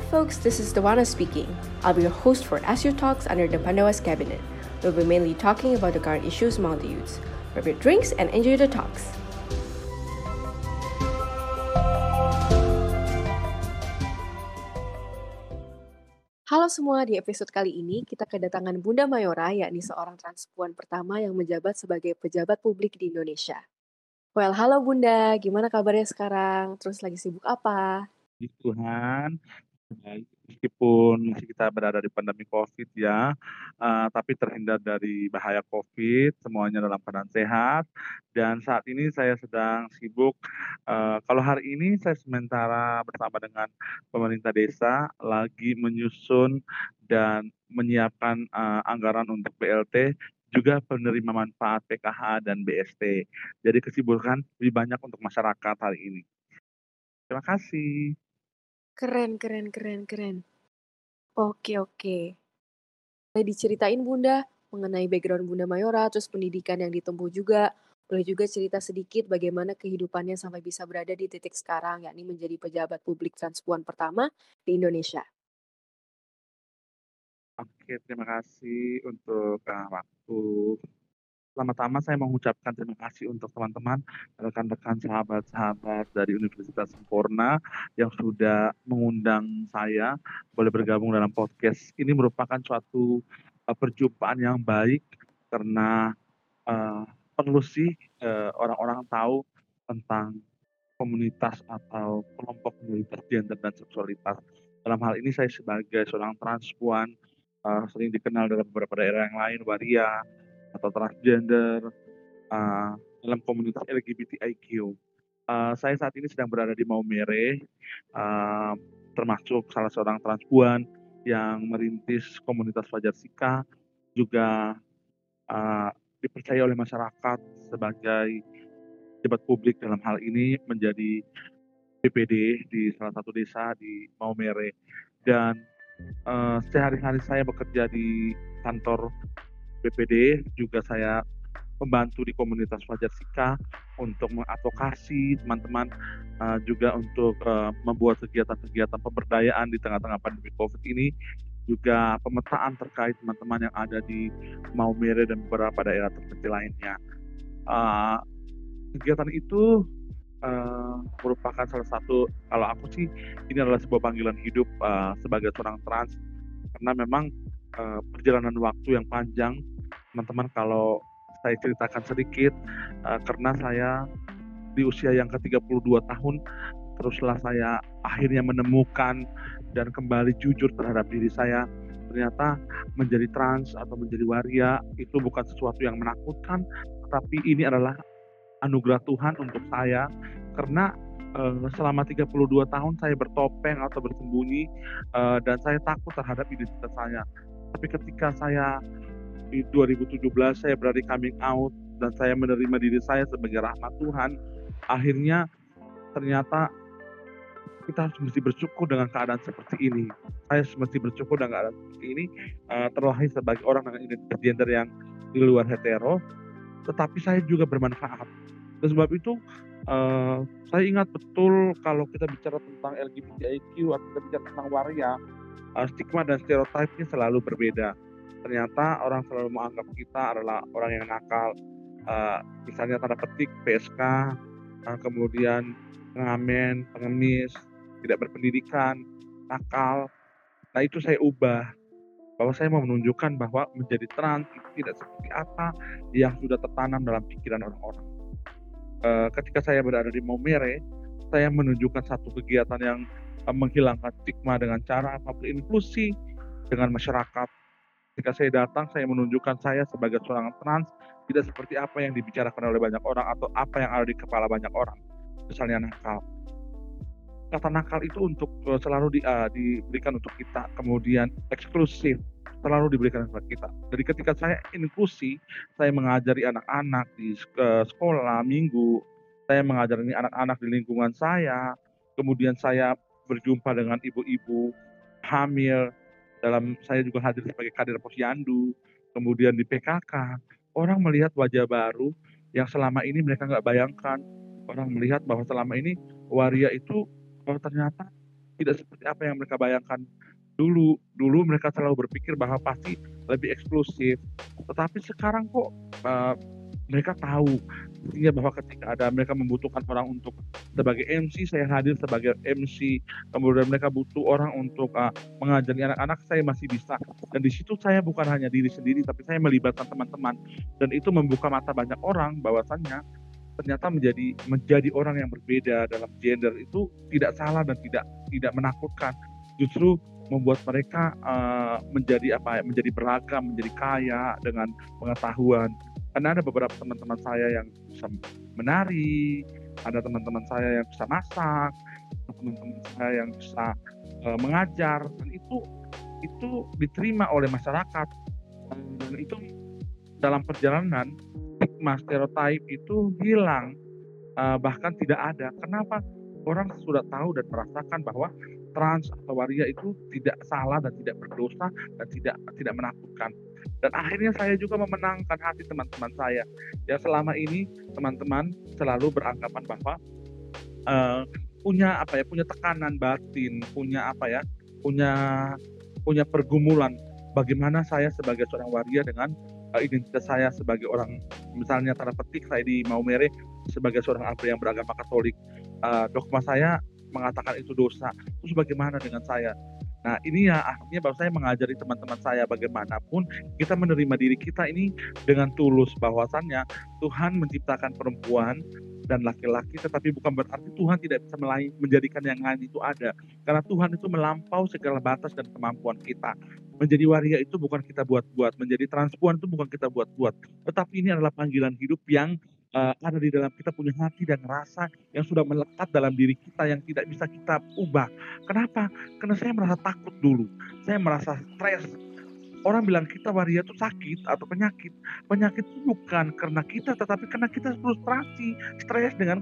folks, this is Dewana speaking. I'll be your host for Ask Your Talks under the Pandawas Cabinet. We'll be mainly talking about the current issues among the youths. Grab your drinks and enjoy the talks. Halo semua, di episode kali ini kita kedatangan Bunda Mayora, yakni seorang transpuan pertama yang menjabat sebagai pejabat publik di Indonesia. Well, halo Bunda, gimana kabarnya sekarang? Terus lagi sibuk apa? Puji Tuhan, baik. Meskipun masih kita berada di pandemi COVID ya, tapi terhindar dari bahaya COVID, semuanya dalam keadaan sehat. Dan saat ini saya sedang sibuk, kalau hari ini saya sementara bersama dengan pemerintah desa lagi menyusun dan menyiapkan anggaran untuk BLT, juga penerima manfaat PKH dan BST. Jadi kesibukan lebih banyak untuk masyarakat hari ini. Terima kasih. Keren. Oke. Boleh diceritain Bunda mengenai background Bunda Mayora, terus pendidikan yang ditempuh juga. Boleh juga cerita sedikit bagaimana kehidupannya sampai bisa berada di titik sekarang, yakni menjadi pejabat publik transpuan pertama di Indonesia. Oke, terima kasih untuk waktu. Pertama-tama saya mengucapkan terima kasih untuk teman-teman, rekan-rekan, sahabat-sahabat dari Universitas Sempurna yang sudah mengundang saya boleh bergabung dalam podcast. Ini merupakan suatu perjumpaan yang baik karena eh, perlu sih orang-orang tahu tentang komunitas atau kelompok minoritas gender dan seksualitas. Dalam hal ini saya sebagai seorang transpuan sering dikenal dalam beberapa daerah yang lain, waria atau transgender dalam komunitas LGBTIQ. Saya saat ini sedang berada di Maumere, termasuk salah seorang transpuan yang merintis komunitas Fajar Sika, juga dipercaya oleh masyarakat sebagai pejabat publik dalam hal ini menjadi BPD di salah satu desa di Maumere. Dan sehari-hari saya bekerja di kantor BPD, juga saya membantu di komunitas Fajar Sika untuk mengadvokasi teman-teman, juga untuk membuat kegiatan-kegiatan pemberdayaan di tengah-tengah pandemi COVID ini, juga pemetaan terkait teman-teman yang ada di Maumere dan beberapa daerah terpencil lainnya. Kegiatan itu merupakan salah satu, kalau aku sih ini adalah sebuah panggilan hidup sebagai seorang trans, karena memang perjalanan waktu yang panjang, teman-teman. Kalau saya ceritakan sedikit, karena saya di usia yang ke-32 tahun, teruslah saya akhirnya menemukan dan kembali jujur terhadap diri saya. Ternyata menjadi trans atau menjadi waria itu bukan sesuatu yang menakutkan, tapi ini adalah anugerah Tuhan untuk saya, karena selama 32 tahun saya bertopeng atau bersembunyi, dan saya takut terhadap identitas saya. Tapi ketika saya di 2017 saya berani coming out dan saya menerima diri saya sebagai rahmat Tuhan, akhirnya ternyata kita harus mesti bersyukur dengan keadaan seperti ini. Saya mesti bersyukur dengan keadaan seperti ini, terlahir sebagai orang dengan identitas gender yang di luar hetero, tetapi saya juga bermanfaat. Oleh sebab itu, saya ingat betul kalau kita bicara tentang LGBTIQ atau kita bicara tentang waria, stigma dan stereotipnya selalu berbeda. Ternyata orang selalu menganggap kita adalah orang yang nakal, misalnya tanda petik PSK, kemudian pengamen, pengemis, tidak berpendidikan, nakal. Nah itu saya ubah, bahwa saya mau menunjukkan bahwa menjadi trans itu tidak seperti apa yang sudah tertanam dalam pikiran orang-orang. Ketika saya berada di Maumere, saya menunjukkan satu kegiatan yang menghilangkan stigma dengan cara berinklusi dengan masyarakat. Ketika saya datang, saya menunjukkan saya sebagai seorang trans tidak seperti apa yang dibicarakan oleh banyak orang atau apa yang ada di kepala banyak orang. Misalnya nakal. Kata nakal itu untuk selalu diberikan untuk kita, kemudian eksklusif selalu diberikan kepada kita. Jadi ketika saya inklusi, saya mengajari anak-anak di sekolah minggu, saya mengajari anak-anak di lingkungan saya, kemudian saya berjumpa dengan ibu-ibu hamil, saya juga hadir sebagai kader posyandu, kemudian di PKK, orang melihat wajah baru yang selama ini mereka nggak bayangkan. Orang melihat bahwa selama ini waria itu ternyata tidak seperti apa yang mereka bayangkan dulu. Dulu mereka selalu berpikir bahwa pasti lebih eksklusif, tetapi sekarang kok, eee, mereka tahu artinya bahwa ketika ada mereka membutuhkan orang untuk sebagai MC, saya hadir sebagai MC, kemudian mereka butuh orang untuk, mengajari anak-anak, saya masih bisa. Dan di situ saya bukan hanya diri sendiri, tapi saya melibatkan teman-teman, dan itu membuka mata banyak orang bahwasannya ternyata menjadi orang yang berbeda dalam gender itu tidak salah dan tidak menakutkan. Justru membuat mereka, menjadi apa ya, menjadi beragam, menjadi kaya dengan pengetahuan. Karena ada beberapa teman-teman saya yang bisa menari, ada teman-teman saya yang bisa masak, teman-teman saya yang bisa, mengajar, dan itu diterima oleh masyarakat, dan itu dalam perjalanan stigma, stereotype itu hilang, bahkan tidak ada. Kenapa? Orang sudah tahu dan merasakan bahwa trans atau waria itu tidak salah dan tidak berdosa dan tidak menakutkan. Dan akhirnya saya juga memenangkan hati teman-teman saya, yang selama ini teman-teman selalu beranggapan bahwa, eee, punya apa ya, punya tekanan batin, punya apa ya, punya punya pergumulan bagaimana saya sebagai seorang waria dengan, identitas saya sebagai orang, misalnya tanda petik saya di Maumere sebagai seorang abri yang beragama Katolik, dogma saya mengatakan itu dosa, terus bagaimana dengan saya? Nah ini ya akhirnya bahwa saya mengajari teman-teman saya bagaimanapun kita menerima diri kita ini dengan tulus, bahwasannya Tuhan menciptakan perempuan dan laki-laki, tetapi bukan berarti Tuhan tidak bisa menjadikan yang lain itu ada. Karena Tuhan itu melampaui segala batas dan kemampuan kita. Menjadi waria itu bukan kita buat-buat, menjadi transpuan itu bukan kita buat-buat, tetapi ini adalah panggilan hidup yang, ada di dalam kita, punya hati dan rasa yang sudah melekat dalam diri kita yang tidak bisa kita ubah. Kenapa? Karena saya merasa takut dulu, saya merasa stres. Orang bilang kita waria itu sakit atau penyakit. Penyakit itu bukan karena kita, tetapi karena kita frustrasi, stres dengan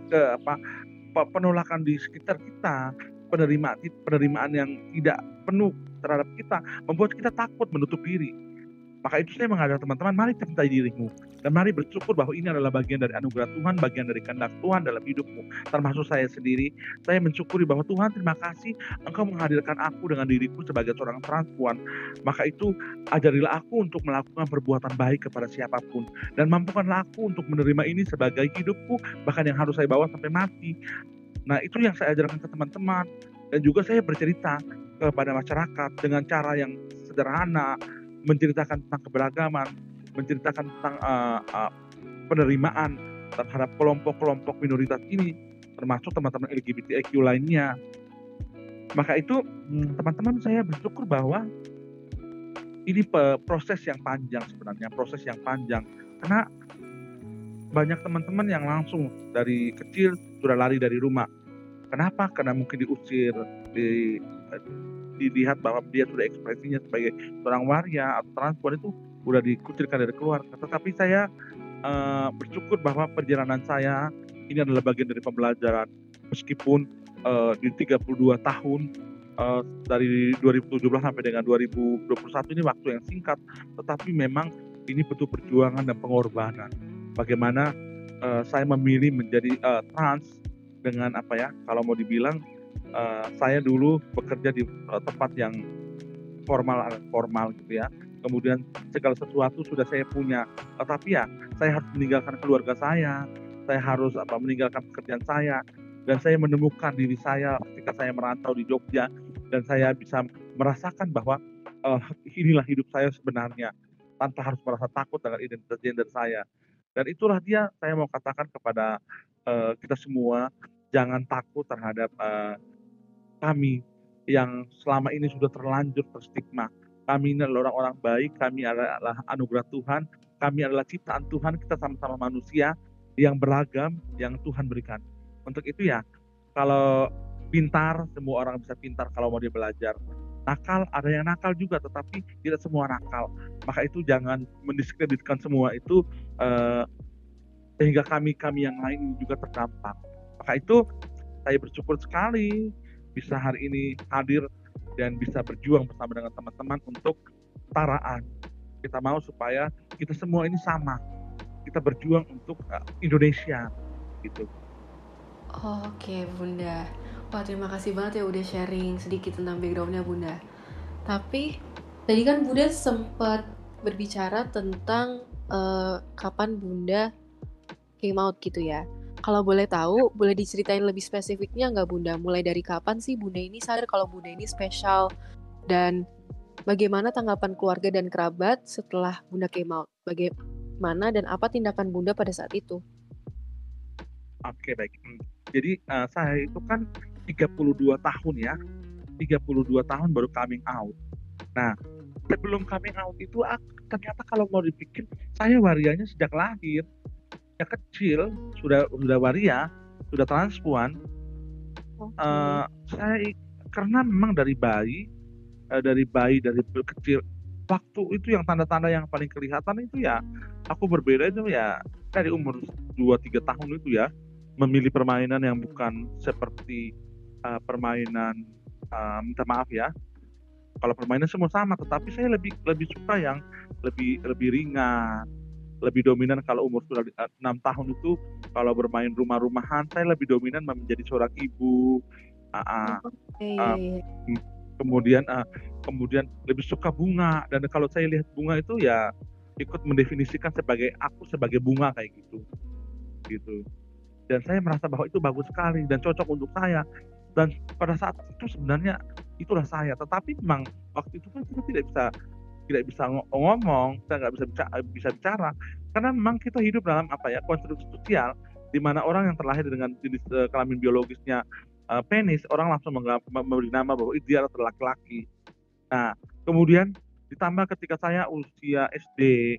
penolakan di sekitar kita, penerimaan yang tidak penuh terhadap kita, membuat kita takut menutup diri. Maka itu saya mengajak teman-teman, mari cintai dirimu, dan mari bersyukur bahwa ini adalah bagian dari anugerah Tuhan, bagian dari kehendak Tuhan dalam hidupmu, termasuk saya sendiri. Saya mensyukuri bahwa Tuhan, terima kasih Engkau menghadirkan aku dengan diriku sebagai seorang transpuan. Maka itu ajarilah aku untuk melakukan perbuatan baik kepada siapapun, dan mampukanlah aku untuk menerima ini sebagai hidupku, bahkan yang harus saya bawa sampai mati. Nah itu yang saya ajarkan ke teman-teman, dan juga saya bercerita kepada masyarakat dengan cara yang sederhana, menceritakan tentang keberagaman, menceritakan tentang, penerimaan terhadap kelompok-kelompok minoritas ini, termasuk teman-teman LGBTIQ lainnya. Maka itu, teman-teman, saya bersyukur bahwa ini proses yang panjang sebenarnya, proses yang panjang. Karena banyak teman-teman yang langsung dari kecil sudah lari dari rumah. Kenapa? Karena mungkin diusir, dilihat bahwa dia sudah ekspresinya sebagai seorang waria atau transpuan itu udah dikucilkan dari keluarga. Tetapi saya, bersyukur bahwa perjalanan saya ini adalah bagian dari pembelajaran. Meskipun, di 32 tahun, dari 2017 sampai dengan 2021 ini waktu yang singkat, tetapi memang ini butuh perjuangan dan pengorbanan. Bagaimana, saya memilih menjadi, trans dengan apa ya, kalau mau dibilang, saya dulu bekerja di, tempat yang formal gitu ya. Kemudian segala sesuatu sudah saya punya, tetapi ya saya harus meninggalkan keluarga saya harus meninggalkan pekerjaan saya, dan saya menemukan diri saya ketika saya merantau di Jogja, dan saya bisa merasakan bahwa, inilah hidup saya sebenarnya, tanpa harus merasa takut dengan identitas gender saya. Dan itulah dia saya mau katakan kepada, kita semua, jangan takut terhadap, kami yang selama ini sudah terlanjur terstigma. Kami ini adalah orang-orang baik, kami adalah anugerah Tuhan, kami adalah ciptaan Tuhan, kita sama-sama manusia yang beragam yang Tuhan berikan. Untuk itu ya, kalau pintar, semua orang bisa pintar kalau mau dia belajar. Nakal, ada yang nakal juga, tetapi tidak semua nakal. Maka itu jangan mendiskreditkan semua itu, eee, sehingga kami-kami yang lain juga terdampak. Maka itu saya bersyukur sekali bisa hari ini hadir dan bisa berjuang bersama dengan teman-teman untuk kesetaraan. Kita mau supaya kita semua ini sama. Kita berjuang untuk, Indonesia gitu. Oke, Bunda. Wah, terima kasih banget ya udah sharing sedikit tentang backgroundnya Bunda. Tapi tadi kan Bunda sempat berbicara tentang kapan Bunda came out gitu ya. Kalau boleh tahu, boleh diceritain lebih spesifiknya nggak Bunda? Mulai dari kapan sih Bunda ini sadar kalau Bunda ini spesial, dan bagaimana tanggapan keluarga dan kerabat setelah Bunda came out? Bagaimana dan apa tindakan Bunda pada saat itu? Oke, baik. Jadi, saya itu kan 32 tahun ya, 32 tahun baru coming out. Nah, sebelum coming out itu ternyata kalau mau dipikir, saya warianya sejak lahir. Sejak kecil sudah waria, sudah transpuan. Oke. Saya karena memang dari kecil, waktu itu yang tanda-tanda yang paling kelihatan itu ya, aku berbeda itu ya dari umur 2-3 tahun itu ya, memilih permainan yang bukan seperti permainan, minta maaf ya, kalau permainan semua sama, tetapi saya lebih lebih suka yang lebih ringan, lebih dominan kalau umur sudah 6 tahun itu, kalau bermain rumah-rumahan, saya lebih dominan menjadi seorang ibu, heeh, Oke, iya, eee, iya. mmm, kemudian kemudian lebih suka bunga, dan kalau saya lihat bunga itu ya ikut mendefinisikan aku sebagai bunga kayak gitu. Dan saya merasa bahwa itu bagus sekali dan cocok untuk saya. Dan pada saat itu sebenarnya itulah saya, tetapi memang waktu itu kan kita tidak bisa ngomong, kita nggak bisa bicara, karena memang kita hidup dalam apa ya, konstruksi sosial, di mana orang yang terlahir dengan jenis, kelamin biologisnya, penis, orang langsung memberi nama bahwa dia adalah laki-laki. Nah, kemudian ditambah ketika saya usia SD,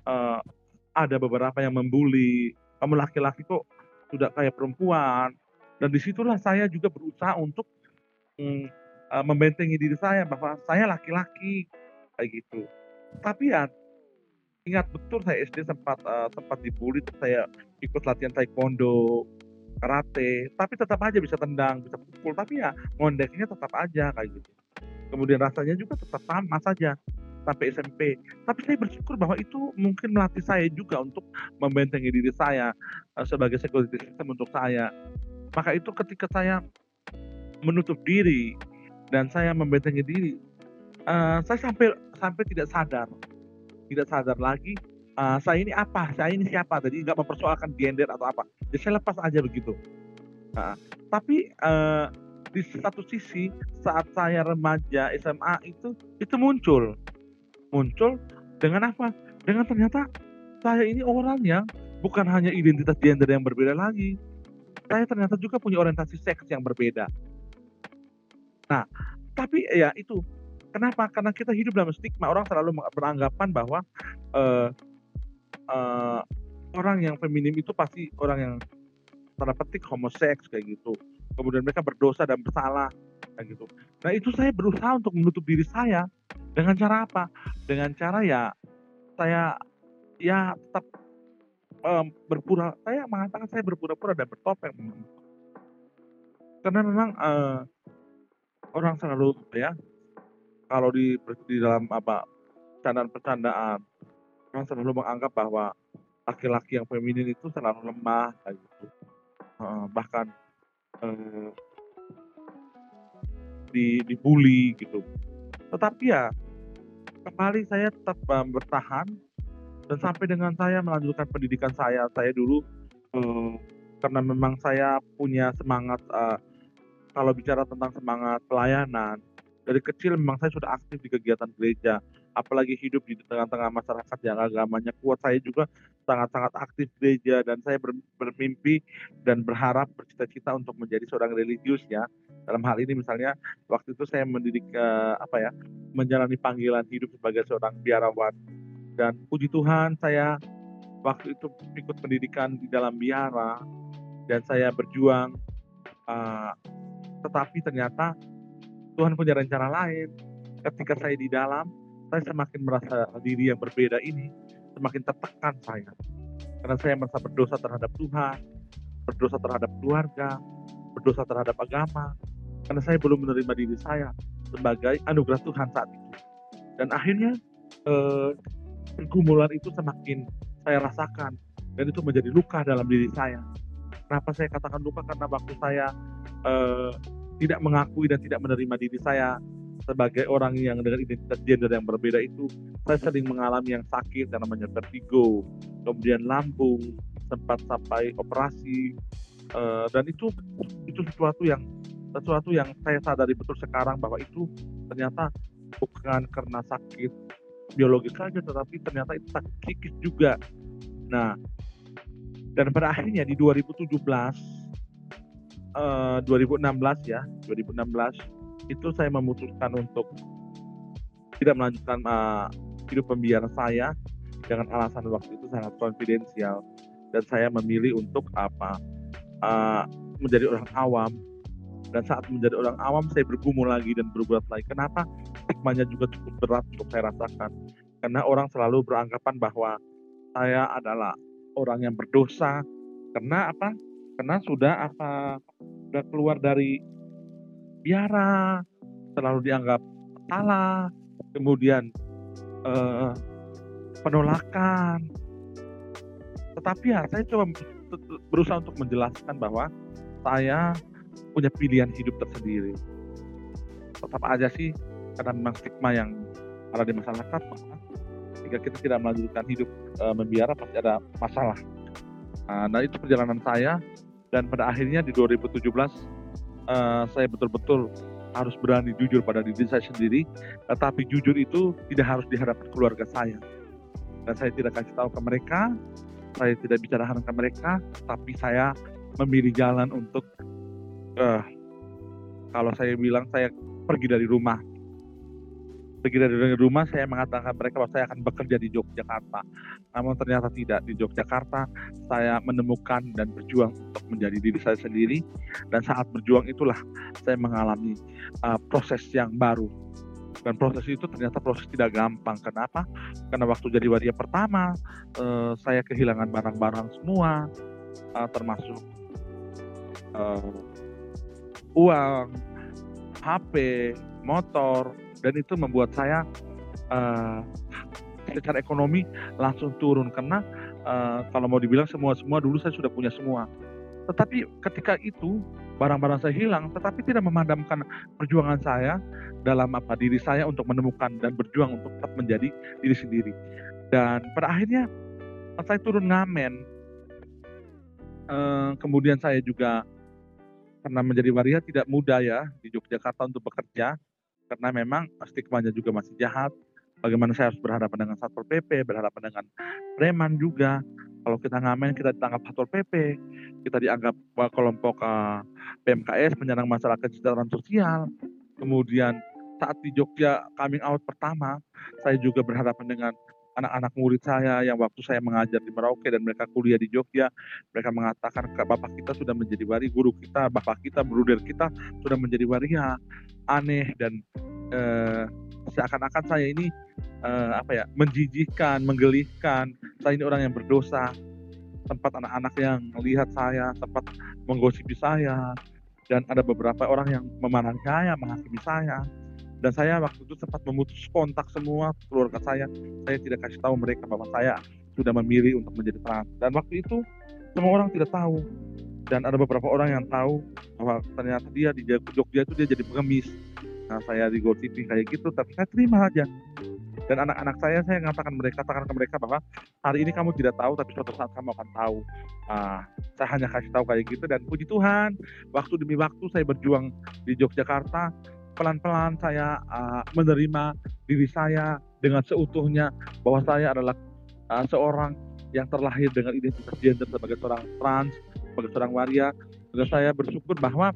ada beberapa yang membuli, "Kamu laki-laki kok sudah kayak perempuan." Dan disitulah saya juga berusaha untuk, mmm, membentengi diri saya bahwa saya laki-laki, kayak gitu. Tapi ya ingat betul saya SD sempat dibully, terus saya ikut latihan taekwondo, karate, tapi tetap aja bisa tendang, bisa pukul, tapi ya ngondeknya tetap aja kayak gitu. Kemudian rasanya juga tetap sama saja sampai SMP. Tapi saya bersyukur bahwa itu mungkin melatih saya juga untuk membentengi diri saya, sebagai security system untuk saya. Maka itu ketika saya menutup diri dan saya membentengi diri, saya sampai sampai tidak sadar lagi, saya ini apa, saya ini siapa, jadi nggak mempersoalkan gender atau apa. Jadi saya lepas aja begitu, heeh. Tapi, di satu sisi saat saya remaja SMA itu muncul dengan apa, dengan ternyata saya ini orang yang bukan hanya identitas gender yang berbeda lagi, saya ternyata juga punya orientasi seks yang berbeda. Nah, tapi ya itu, kenapa? Karena kita hidup dalam stigma, orang selalu beranggapan bahwa, eee eee, orang yang feminim itu pasti orang yang tanda petik homoseks kayak gitu. Kemudian mereka berdosa dan bersalah kayak gitu. Nah, itu saya berusaha untuk menutup diri saya dengan cara apa? Dengan cara ya saya ya tetap, saya mengatakan saya berpura-pura dan bertopeng memang. Karena memang, orang selalu ya kalau di dalam apa, candaan-percandaan, orang selalu menganggap bahwa laki-laki yang feminin itu selalu lemah kayak gitu, heeh, bahkan, eee, dibully gitu. Tetapi ya kembali saya tetap, bertahan dan sampai dengan saya melanjutkan pendidikan saya dulu, eee, karena memang saya punya semangat, kalau bicara tentang semangat pelayanan, dari kecil memang saya sudah aktif di kegiatan gereja, apalagi hidup di tengah-tengah masyarakat yang agamanya kuat, saya juga sangat-sangat aktif gereja dan saya bermimpi dan berharap, bercita-cita untuk menjadi seorang religius ya. Dalam hal ini misalnya waktu itu saya mendidik, menjalani panggilan hidup sebagai seorang biarawan, dan puji Tuhan saya waktu itu ikut pendidikan di dalam biara dan saya berjuang, eee, tetapi ternyata Tuhan punya rencana lain. Ketika saya di dalam, saya semakin merasa diri yang berbeda ini, semakin tertekan saya. Karena saya merasa berdosa terhadap Tuhan, berdosa terhadap keluarga, berdosa terhadap agama. Karena saya belum menerima diri saya sebagai anugerah Tuhan saat itu. Dan akhirnya, eee, pergumulan itu semakin saya rasakan dan itu menjadi luka dalam diri saya. Kenapa saya katakan luka? Karena waktu saya, eee tidak mengakui dan tidak menerima diri saya sebagai orang yang dengan identitas gender yang berbeda itu, saya sering mengalami yang sakit yang namanya vertigo, kemudian lambung, sempat sampai operasi, dan itu sesuatu yang saya sadari betul sekarang bahwa itu ternyata bukan karena sakit biologis saja, tetapi ternyata itu sakit psikis juga. Nah, dan pada akhirnya di 2017, 2016 ya, 2016 itu saya memutuskan untuk tidak melanjutkan hidup pembiayaan saya dengan alasan waktu itu sangat konfidensial, dan saya memilih untuk menjadi orang awam. Dan saat menjadi orang awam saya bergumul lagi dan berbuat lagi. Kenapa? Stigmanya juga cukup berat untuk saya rasakan. Karena orang selalu beranggapan bahwa saya adalah orang yang berdosa. Karena apa? Karena sudah keluar dari biara, selalu dianggap salah, kemudian penolakan. Tetapi ya saya coba berusaha untuk menjelaskan bahwa saya punya pilihan hidup tersendiri. Tetap aja sih, karena memang stigma yang ada di masyarakat, bahwa jika kita tidak melanjutkan hidup membiara pasti ada masalah. Nah itu perjalanan saya, dan pada akhirnya di 2017 saya betul-betul harus berani jujur pada diri saya sendiri. Tetapi jujur itu tidak harus di hadapan keluarga saya, dan saya tidak kasih tahu ke mereka, saya tidak bicarakan ke mereka, tapi saya memilih jalan untuk kalau saya bilang saya pergi dari rumah. Saya mengatakan mereka bahwa saya akan bekerja di Yogyakarta. Namun ternyata tidak. Di Yogyakarta saya menemukan dan berjuang untuk menjadi diri saya sendiri. Dan saat berjuang itulah saya mengalami proses yang baru. Dan proses itu ternyata proses tidak gampang. Kenapa? Karena waktu jadi waria pertama, saya kehilangan barang-barang semua, termasuk uang, HP, motor, dan itu membuat saya secara ekonomi langsung turun. Karena kalau mau dibilang semua dulu saya sudah punya semua. Tetapi ketika itu barang-barang saya hilang, tetapi tidak memadamkan perjuangan saya dalam diri saya untuk menemukan dan berjuang untuk tetap menjadi diri sendiri. Dan pada akhirnya saya turun ngamen. Kemudian saya juga karena menjadi waria tidak mudah ya di Yogyakarta untuk bekerja, karena memang stigmanya juga masih jahat. Bagaimana saya harus berhadapan dengan Satpol PP, berhadapan dengan preman juga. Kalau kita ngamen kita ditangkap Satpol PP, kita dianggap kelompok PMKS, penyandang masalah kesejahteraan sosial. Kemudian saat di Jogja coming out pertama, saya juga berhadapan dengan anak-anak murid saya yang waktu saya mengajar di Merauke dan mereka kuliah di Jogja. Mereka mengatakan, bapak kita sudah menjadi waria, guru kita, bapak kita, bruder kita sudah menjadi waria. Aneh dan seakan-akan saya ini menjijikkan, menggelihkan. Saya ini orang yang berdosa. Sempat anak-anak yang melihat saya, sempat menggosipi saya, dan ada beberapa orang yang memarahi saya, menghakimi saya. Dan saya waktu itu sempat memutus kontak semua keluarga saya. Saya tidak kasih tahu mereka bahwa saya sudah memilih untuk menjadi trans. Dan waktu itu semua orang tidak tahu. Dan ada beberapa orang yang tahu bahwa ternyata dia di Jogja itu dia jadi pengemis. Nah saya digosipi kayak gitu, tapi saya terima aja. Dan anak-anak saya katakan ke mereka bahwa hari ini kamu tidak tahu, tapi suatu saat kamu akan tahu. Saya hanya kasih tahu kayak gitu, dan puji Tuhan, waktu demi waktu saya berjuang di Yogyakarta, pelan-pelan saya menerima diri saya dengan seutuhnya bahwa saya adalah seorang yang terlahir dengan identitas gender sebagai seorang trans, sebagai seorang waria. Dan saya bersyukur bahwa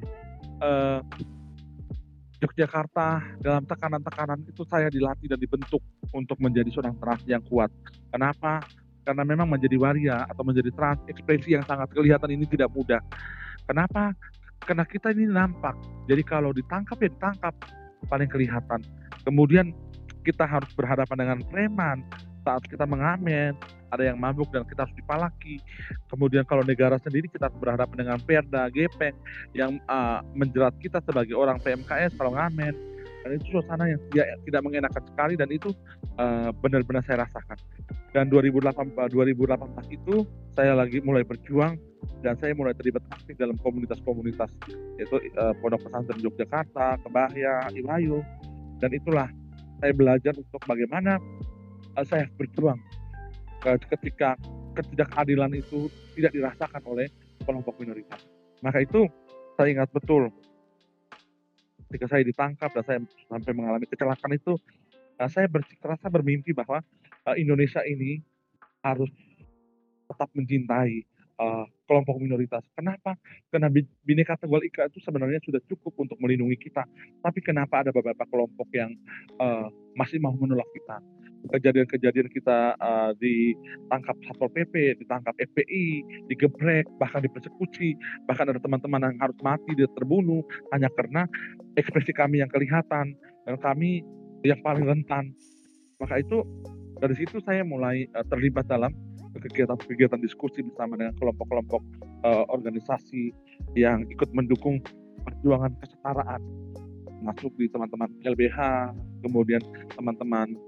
Yogyakarta dalam tekanan-tekanan itu saya dilatih dan dibentuk untuk menjadi seorang trans yang kuat. Kenapa? Karena memang menjadi waria atau menjadi trans, ekspresi yang sangat kelihatan ini tidak mudah. Kenapa? Karena kita ini nampak. Jadi kalau ditangkap ya ditangkap, paling kelihatan. Kemudian kita harus berhadapan dengan preman saat kita mengamen, ada yang mabuk dan kita harus dipalaki. Kemudian kalau negara sendiri kita harus berhadapan dengan Perda, Gepeng yang menjerat kita sebagai orang PMKS kalau ngamen. Dan itu suasana yang tidak mengenakan sekali, dan itu benar-benar saya rasakan. Dan 2018 itu saya lagi mulai berjuang dan saya mulai terlibat aktif dalam komunitas-komunitas, yaitu Pondok Pesantren Yogyakarta, Kebaya, Iwayu, dan itulah saya belajar untuk bagaimana saya berjuang ketika ketidakadilan itu tidak dirasakan oleh kelompok minoritas. Maka itu saya ingat betul ketika saya ditangkap dan saya sampai mengalami kecelakaan itu, saya terasa bermimpi bahwa Indonesia ini harus tetap mencintai kelompok minoritas. Kenapa? Karena Bhinneka Tunggal Ika itu sebenarnya sudah cukup untuk melindungi kita. Tapi kenapa ada beberapa kelompok yang masih mau menolak kita? Kejadian-kejadian kita ditangkap Satpol PP, ditangkap FPI, digeprek, bahkan dipersekusi, bahkan ada teman-teman yang harus mati, dia terbunuh hanya karena ekspresi kami yang kelihatan dan kami yang paling rentan. Maka itu dari situ saya mulai terlibat dalam kegiatan-kegiatan diskusi bersama dengan kelompok-kelompok organisasi yang ikut mendukung perjuangan kesetaraan, masuk di teman-teman LBH, kemudian teman-teman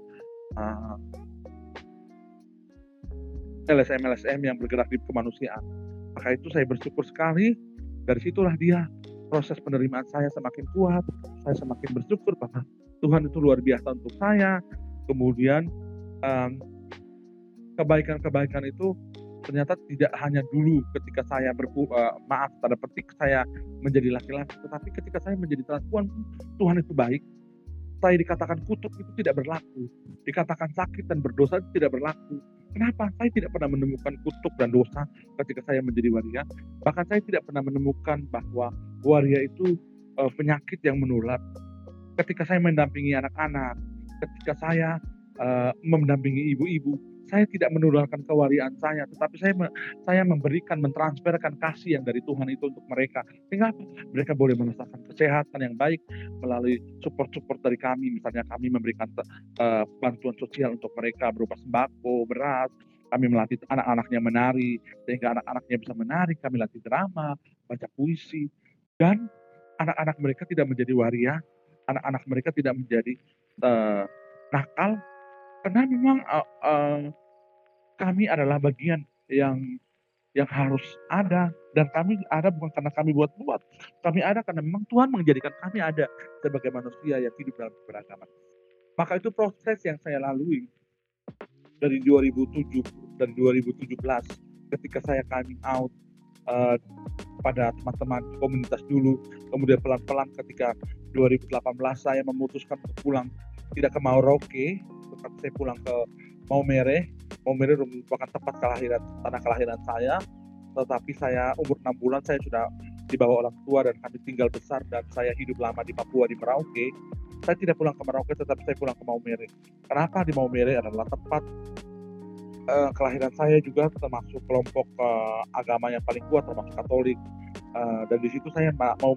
LSM yang bergerak di kemanusiaan. Maka itu saya bersyukur sekali, dari situlah dia proses penerimaan saya semakin kuat, saya semakin bersyukur bahwa Tuhan itu luar biasa untuk saya. Kemudian kebaikan-kebaikan itu ternyata tidak hanya dulu ketika saya maaf tanda petik saya menjadi laki-laki, tetapi ketika saya menjadi transpuan, Tuhan itu baik. Saya dikatakan kutuk itu tidak berlaku, dikatakan sakit dan berdosa itu tidak berlaku. Kenapa? Saya tidak pernah menemukan kutuk dan dosa ketika saya menjadi waria. Bahkan saya tidak pernah menemukan bahwa waria itu penyakit yang menular. Ketika saya mendampingi anak-anak, ketika saya mendampingi ibu-ibu, saya tidak menularkan kewariaan saya, tetapi saya memberikan, mentransferkan kasih yang dari Tuhan itu untuk mereka. Sehingga mereka boleh merasakan kesehatan yang baik melalui support dari kami. Misalnya kami memberikan bantuan sosial untuk mereka berupa sembako, beras. Kami melatih anak-anaknya menari, sehingga anak-anaknya bisa menari. Kami latih drama, baca puisi. Dan anak-anak mereka tidak menjadi waria, anak-anak mereka tidak menjadi nakal, karena memang kami adalah bagian yang harus ada, dan kami ada bukan karena kami buat-buat. Kami ada karena memang Tuhan menjadikan kami ada sebagai manusia yang hidup dalam keberagaman. Maka itu proses yang saya lalui dari 2007 dan 2017 ketika saya coming out pada teman-teman komunitas dulu, kemudian pelan-pelan ketika 2018 saya memutuskan untuk pulang tidak ke Merauke, tetapi saya pulang ke Maumere. Maumere merupakan tempat tanah kelahiran saya, tetapi saya umur 6 bulan saya sudah dibawa orang tua dan kami tinggal besar dan saya hidup lama di Papua di Merauke. Saya tidak pulang ke Merauke, tetapi saya pulang ke Maumere. Kenapa? Di Maumere adalah tempat kelahiran saya juga, termasuk kelompok agama yang paling kuat, termasuk Katolik. Dan di situ saya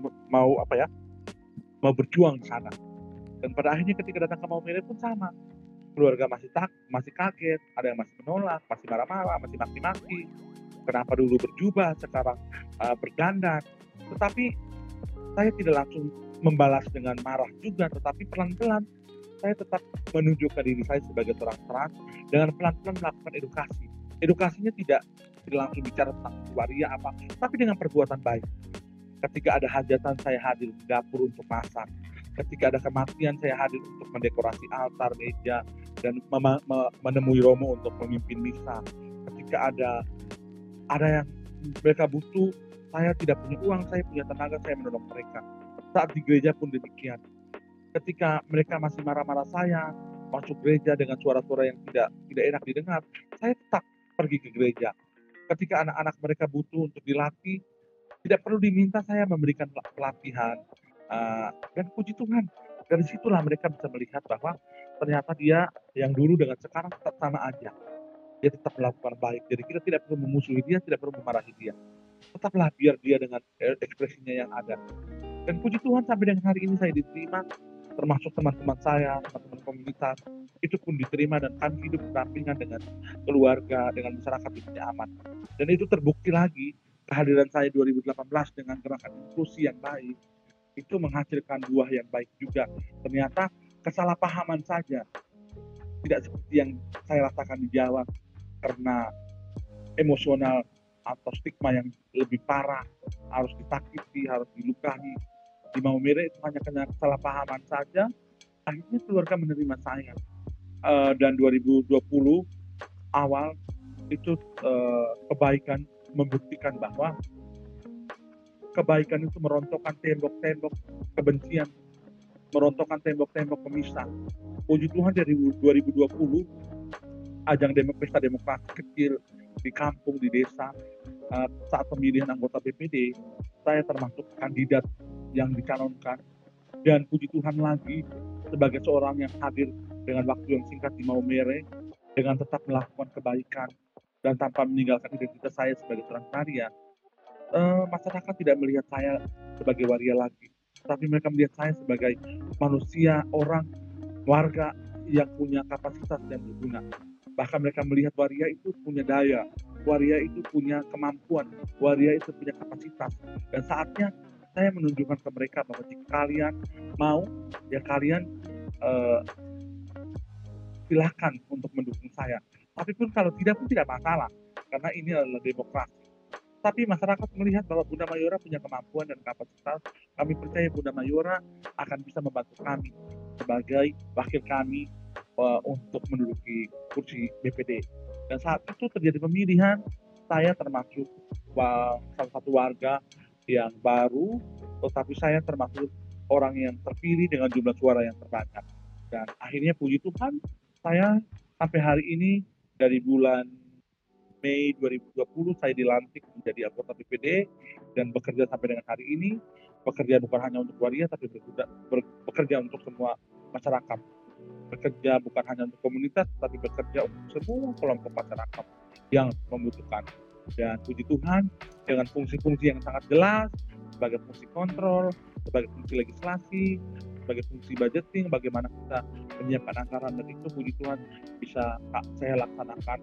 mau berjuang di sana. Dan pada akhirnya ketika datang ke Maumere pun sama. Keluarga masih kaget, ada yang masih menolak, masih marah-marah, masih maki-maki. Kenapa dulu berjubah, sekarang berdandan. Tetapi saya tidak langsung membalas dengan marah juga, tetapi pelan-pelan saya tetap menunjukkan diri saya sebagai seorang trans dengan pelan-pelan melakukan edukasi. Edukasinya tidak langsung bicara tentang waria apa, tapi dengan perbuatan baik. Ketika ada hajatan, saya hadir di dapur untuk masak. Ketika ada kematian, saya hadir untuk mendekorasi altar, meja, dan menemui romo untuk memimpin misa. Ketika ada yang mereka butuh, saya tidak punya uang, saya punya tenaga, saya menolong mereka. Saat di gereja pun demikian. Ketika mereka masih marah-marah saya, masuk gereja dengan suara-suara yang tidak enak didengar, saya tetap pergi ke gereja. Ketika anak-anak mereka butuh untuk dilatih, tidak perlu diminta saya memberikan pelatihan. Dan puji Tuhan, dari situlah mereka bisa melihat bahwa ternyata dia yang dulu dengan sekarang tetap sama aja. Dia tetap melakukan baik. Jadi kita tidak perlu memusuhi dia, tidak perlu memarahi dia. Tetaplah biar dia dengan ekspresinya yang ada. Dan puji Tuhan sampai dengan hari ini saya diterima, termasuk teman-teman saya, teman-teman komunitas, itu pun diterima dan kami hidup berdampingan dengan keluarga, dengan masyarakat yang aman. Dan itu terbukti lagi, kehadiran saya 2018 dengan gerakan inklusi yang baik, itu menghasilkan buah yang baik juga. Ternyata kesalahpahaman saja tidak seperti yang saya rasakan di Jawa karena emosional atau stigma yang lebih parah, harus disakiti, harus dilukai. Di Maumere itu hanya karena kesalahpahaman saja, akhirnya keluarga menerima saya. Dan 2020 awal itu kebaikan membuktikan bahwa kebaikan itu merontokkan tembok-tembok kebencian, merontokkan tembok-tembok pemisah. Puji Tuhan dari 2020 ajang pesta demokrasi kecil di kampung, di desa, saat pemilihan anggota BPD, saya termasuk kandidat yang dicalonkan. Dan puji Tuhan lagi, sebagai seorang yang hadir dengan waktu yang singkat di Maumere, dengan tetap melakukan kebaikan, dan tanpa meninggalkan identitas saya sebagai seorang karya, masyarakat tidak melihat saya sebagai waria lagi, tapi mereka melihat saya sebagai manusia, orang, warga yang punya kapasitas dan berguna. Bahkan mereka melihat waria itu punya daya, waria itu punya kemampuan, waria itu punya kapasitas. Dan saatnya saya menunjukkan ke mereka bahwa jika kalian mau, ya kalian silahkan untuk mendukung saya. Tapi pun kalau tidak pun tidak masalah, karena ini adalah demokrasi. Tapi masyarakat melihat bahwa Bunda Mayora punya kemampuan dan kapasitas. Kami percaya Bunda Mayora akan bisa membantu kami sebagai wakil kami untuk menduduki kursi BPD. Dan saat itu terjadi pemilihan, saya termasuk salah satu warga yang baru, tetapi saya termasuk orang yang terpilih dengan jumlah suara yang terbanyak. Dan akhirnya puji Tuhan, saya sampai hari ini dari bulan Mei 2020 saya dilantik menjadi anggota BPD dan bekerja sampai dengan hari ini. Bekerja bukan hanya untuk waria, tapi bekerja untuk semua masyarakat. Bekerja bukan hanya untuk komunitas, tapi bekerja untuk semua kelompok masyarakat yang membutuhkan. Dan puji Tuhan, dengan fungsi-fungsi yang sangat jelas, sebagai fungsi kontrol, sebagai fungsi legislasi, sebagai fungsi budgeting, bagaimana kita menyiapkan anggaran, dan itu puji Tuhan bisa saya laksanakan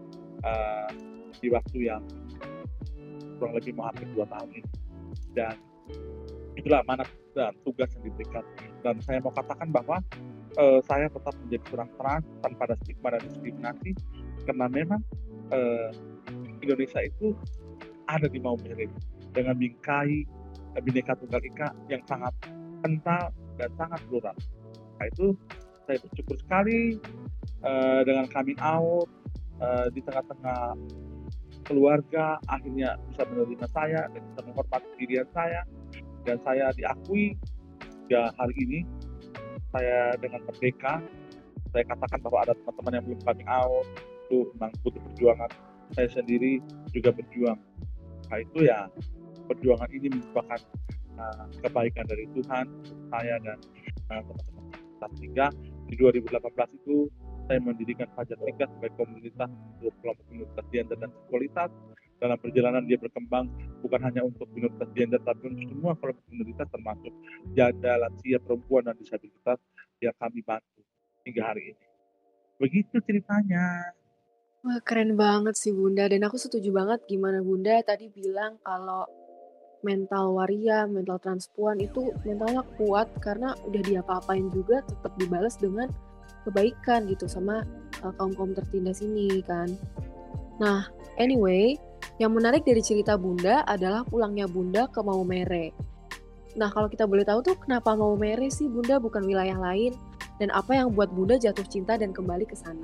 di waktu yang kurang lebih hampir 2 tahun ini. Dan itulah amanat dan tugas yang diberikan. Dan saya mau katakan bahwa saya tetap menjadi seorang trans tanpa ada stigma dan diskriminasi, karena memang Indonesia itu ada di Maumere dengan bingkai Bhinneka Tunggal Ika yang sangat kental dan sangat plural. Nah, itu saya bersyukur sekali dengan coming out di tengah-tengah keluarga akhirnya bisa menerima saya dan bisa menghormati diri saya, dan saya diakui ya hari ini saya dengan merdeka. Saya katakan bahwa ada teman-teman yang belum coming out, itu memang butuh perjuangan. Saya sendiri juga berjuang. Nah itu ya, perjuangan ini merupakan kebaikan dari Tuhan, saya dan teman-teman. Sehingga di 2018 itu saya mendirikan Fajar Tingkat sebagai komunitas untuk kelompok minoritas gender dan seksualitas. Dalam perjalanan dia berkembang bukan hanya untuk minoritas gender, tapi untuk semua kelompok minoritas termasuk janda, lansia, perempuan, dan disabilitas yang kami bantu hingga hari ini. Begitu ceritanya. Wah, keren banget sih Bunda, dan aku setuju banget gimana Bunda tadi bilang kalau mental waria, mental transpuan itu mentalnya kuat karena udah diapa-apain juga tetap dibalas dengan kebaikan gitu sama kaum-kaum tertindas ini kan. Nah, anyway, yang menarik dari cerita Bunda adalah pulangnya Bunda ke Maumere. Nah, kalau kita boleh tahu tuh kenapa Maumere sih Bunda bukan wilayah lain, dan apa yang buat Bunda jatuh cinta dan kembali ke sana?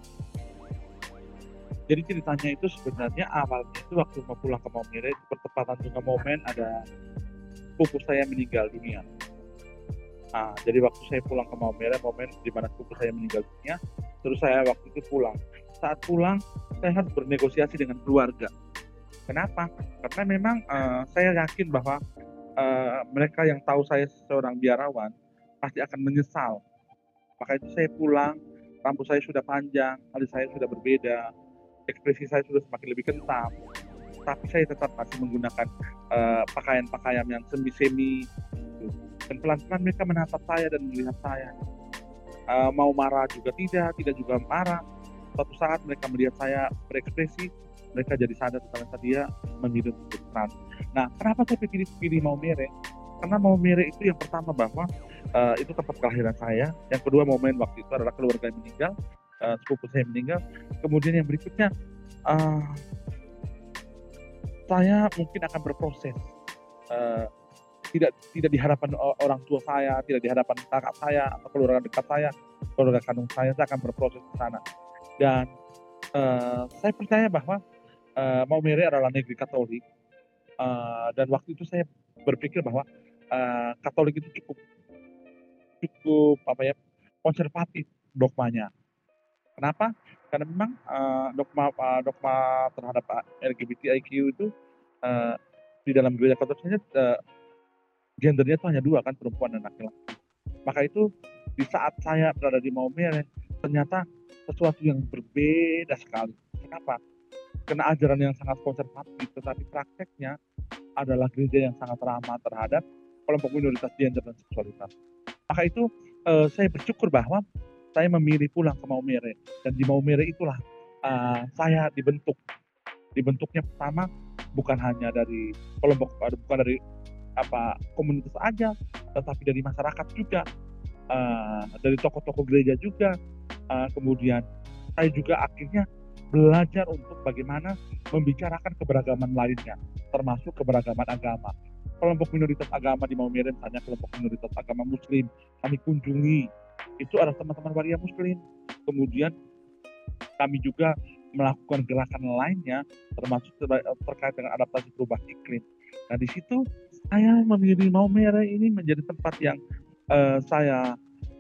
Jadi ceritanya itu sebenarnya awalnya itu waktu mau pulang ke Maumere itu bertepatan dengan momen ada sepupu saya meninggal dunia. Nah, jadi waktu saya pulang ke Maumere, momen di mana sepupu saya meninggal dunia, terus saya waktu itu pulang. Saat pulang, saya harus bernegosiasi dengan keluarga. Kenapa? Karena memang saya yakin bahwa mereka yang tahu saya seorang biarawan pasti akan menyesal. Maka itu saya pulang, rambut saya sudah panjang, alis saya sudah berbeda, ekspresi saya sudah semakin lebih kental, tapi saya tetap masih menggunakan pakaian-pakaian yang semi-semi, dan pelan-pelan mereka menatap saya dan melihat saya. Mau marah juga tidak juga marah. Suatu saat mereka melihat saya berekspresi, mereka jadi sadar ternyata dia memilih untuk trans. Nah, kenapa saya pilih Maumere? Karena Maumere itu yang pertama bahwa itu tempat kelahiran saya. Yang kedua, momen waktu itu adalah keluarga yang meninggal, sepupu saya meninggal. Kemudian yang berikutnya, saya mungkin akan berproses, eee, tidak di hadapan orang tua saya, tidak di hadapan kakak saya atau keluarga dekat saya, keluarga kandung saya akan berproses ke sana. Dan, saya percaya bahwa, Maumere adalah negeri Katolik, dan waktu itu saya berpikir bahwa, Katolik itu cukup cukup apa ya, konservatif dogmanya. Kenapa? Karena memang, dogma terhadap, LGBTIQ itu, eee, di dalam gereja Katolik saja, gendernya itu hanya 2 kan, perempuan dan laki-laki. Maka itu di saat saya berada di Maumere, ternyata sesuatu yang berbeda sekali. Kenapa? Karena ajaran yang sangat konservatif, tetapi prakteknya adalah gereja yang sangat ramah terhadap kelompok minoritas gender dan seksualitas. Maka itu, saya bersyukur bahwa saya memilih pulang ke Maumere, dan di Maumere itulah, saya dibentuk. Dibentuknya pertama bukan hanya dari bukan dari komunitas aja, tetapi dari masyarakat juga, dari tokoh-tokoh gereja juga, kemudian saya juga akhirnya belajar untuk bagaimana membicarakan keberagaman lainnya, termasuk keberagaman agama. Kelompok minoritas agama di Maumere, misalnya kelompok minoritas agama Muslim, kami kunjungi, itu adalah teman-teman waria Muslim. Kemudian kami juga melakukan gerakan lainnya, termasuk terkait dengan adaptasi perubahan iklim. Nah, di situ saya memilih Maumere ini menjadi tempat yang, saya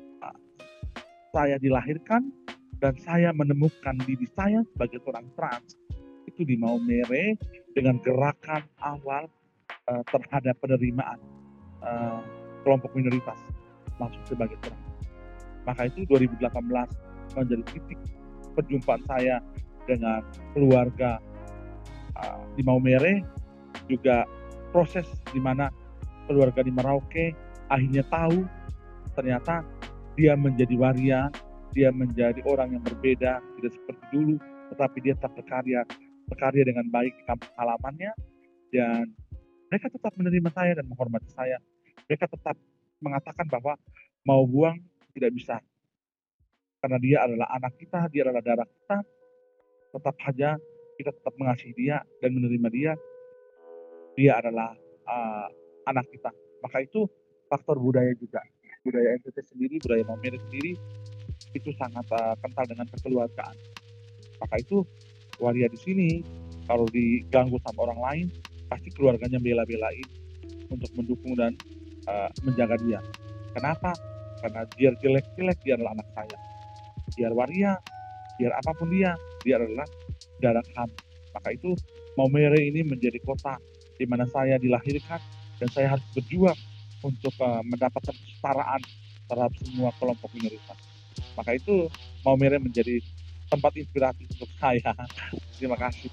dilahirkan dan saya menemukan diri saya sebagai seorang trans, itu di Maumere dengan gerakan awal, terhadap penerimaan, eee, kelompok minoritas masuk sebagai trans. Maka itu 2018 menjadi titik perjumpaan saya dengan keluarga, di Maumere, juga proses di mana keluarga di Merauke akhirnya tahu ternyata dia menjadi waria, dia menjadi orang yang berbeda, tidak seperti dulu, tetapi dia tetap berkarya dengan baik di kampung halamannya, dan mereka tetap menerima saya dan menghormati saya. Mereka tetap mengatakan bahwa mau buang tidak bisa, karena dia adalah anak kita, dia adalah darah kita, tetap saja kita tetap mengasihi dia dan menerima dia, dia adalah, anak kita. Maka itu faktor budaya juga. Budaya NTT sendiri, budaya Maumere sendiri, itu sangat, kental dengan kekeluargaan. Maka itu waria di sini kalau diganggu sama orang lain, pasti keluarganya bela-belain untuk mendukung dan, menjaga dia. Kenapa? Karena biar jelek-jelek dia adalah anak saya. Biar waria, biar apapun dia adalah darah kami. Maka itu Maumere ini menjadi kota di mana saya dilahirkan dan saya harus berjuang untuk, mendapatkan kesetaraan terhadap semua kelompok minoritas. Maka itu Maumere menjadi tempat inspirasi untuk saya. Terima kasih.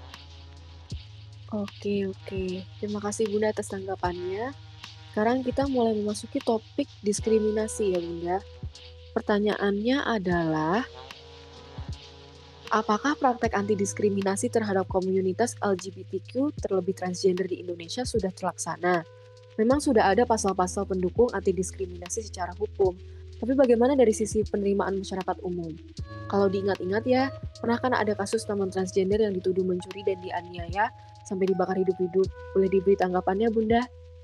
Oke, oke. Terima kasih Bunda atas tanggapannya. Sekarang kita mulai memasuki topik diskriminasi ya Bunda. Pertanyaannya adalah, apakah praktek anti diskriminasi terhadap komunitas LGBTQ terlebih transgender di Indonesia sudah terlaksana? Memang sudah ada pasal-pasal pendukung anti diskriminasi secara hukum, tapi bagaimana dari sisi penerimaan masyarakat umum? Kalau diingat-ingat ya, pernah kan ada kasus teman transgender yang dituduh mencuri dan dianiaya sampai dibakar hidup-hidup. Boleh diberi tanggapannya Bunda?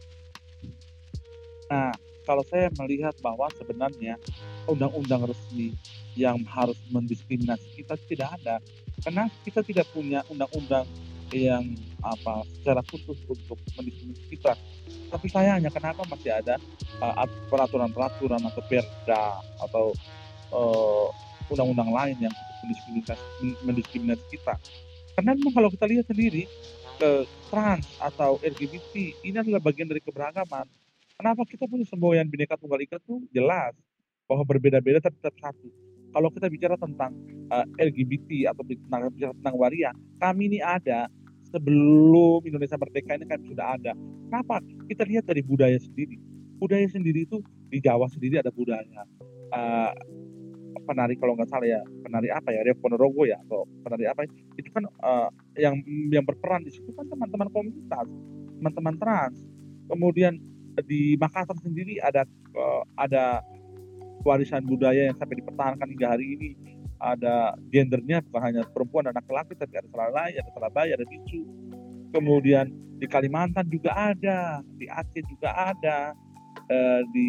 Nah, kalau saya melihat bahwa sebenarnya undang-undang resmi yang harus mendiskriminasi kita tidak ada. Karena kita tidak punya undang-undang yang secara khusus untuk mendiskriminasi kita. Tapi sayangnya kenapa masih ada, peraturan-peraturan atau perda atau, eee, undang-undang lain yang untuk mendiskriminasi kita. Karena memang kalau kita lihat sendiri, trans atau LGBT ini adalah bagian dari keberagaman. Kenapa kita punya semboyan Bhinneka Tunggal Ika tuh jelas bahwa berbeda-beda tapi tetap satu. Kalau kita bicara tentang, LGBT atau bicara tentang waria, kami ini ada sebelum Indonesia merdeka ini kami sudah ada. Kenapa? Kita lihat dari budaya sendiri. Budaya sendiri itu di Jawa sendiri ada budaya, eee, penari kalau nggak salah ya, penari apa ya, Riok Ponorogo ya atau penari apa, itu kan, yang berperan di situ kan teman-teman komunitas, teman-teman trans. Kemudian di Makassar sendiri ada warisan budaya yang sampai dipertahankan hingga hari ini. Ada gendernya bukan hanya perempuan dan laki-laki, tapi ada Selalai, ada Salabai, ada Bisu. kemudian di Kalimantan juga ada, di Aceh juga ada, di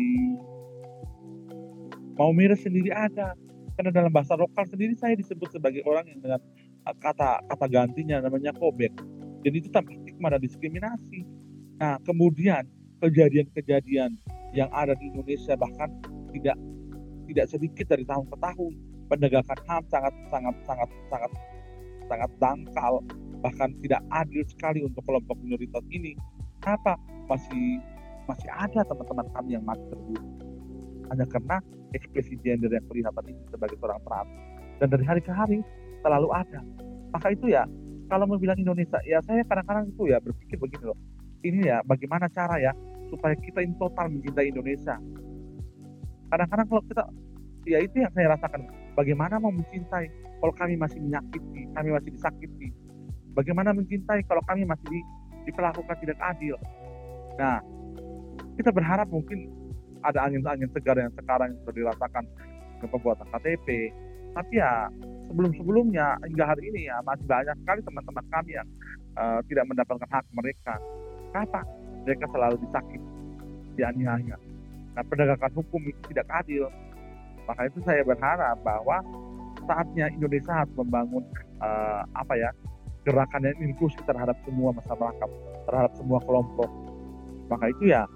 Maumere sendiri ada. Karena dalam bahasa lokal sendiri saya disebut sebagai orang yang dengan, kata kata gantinya namanya kobek. Jadi itu tanpa stigma dan diskriminasi. Nah, kemudian kejadian-kejadian yang ada di Indonesia bahkan tidak tidak sedikit dari tahun ke tahun, penegakan HAM sangat sangat sangat sangat sangat dangkal, bahkan tidak adil sekali untuk kelompok minoritas ini. Kenapa? Masih masih ada teman-teman kami yang mati terbunuh hanya karena ekspresi gender yang kelihatan ini sebagai seorang trans. Dan dari hari ke hari selalu ada. Maka itu ya, kalau mau bilang Indonesia, ya saya kadang-kadang itu ya berpikir begini loh. Ini ya bagaimana cara ya supaya kita ini total mencintai Indonesia. Kadang-kadang kalau kita, ya itu yang saya rasakan. Bagaimana mau mencintai kalau kami masih menyakiti, kami masih disakiti. Bagaimana mencintai kalau kami masih diperlakukan tidak adil. Nah, kita berharap mungkin ada angin-angin segar yang sekarang sudah dirasakan ke pembuatan KTP. Tapi ya sebelum-sebelumnya hingga hari ini ya masih banyak sekali teman-teman kami yang tidak mendapatkan hak mereka. Kenapa? Mereka selalu disakiti, dianiaya. Nah, penegakan hukum itu tidak adil. Maka itu saya berharap bahwa saatnya Indonesia harus membangun gerakan yang inklusif terhadap semua masyarakat, terhadap semua kelompok. Maka itu ya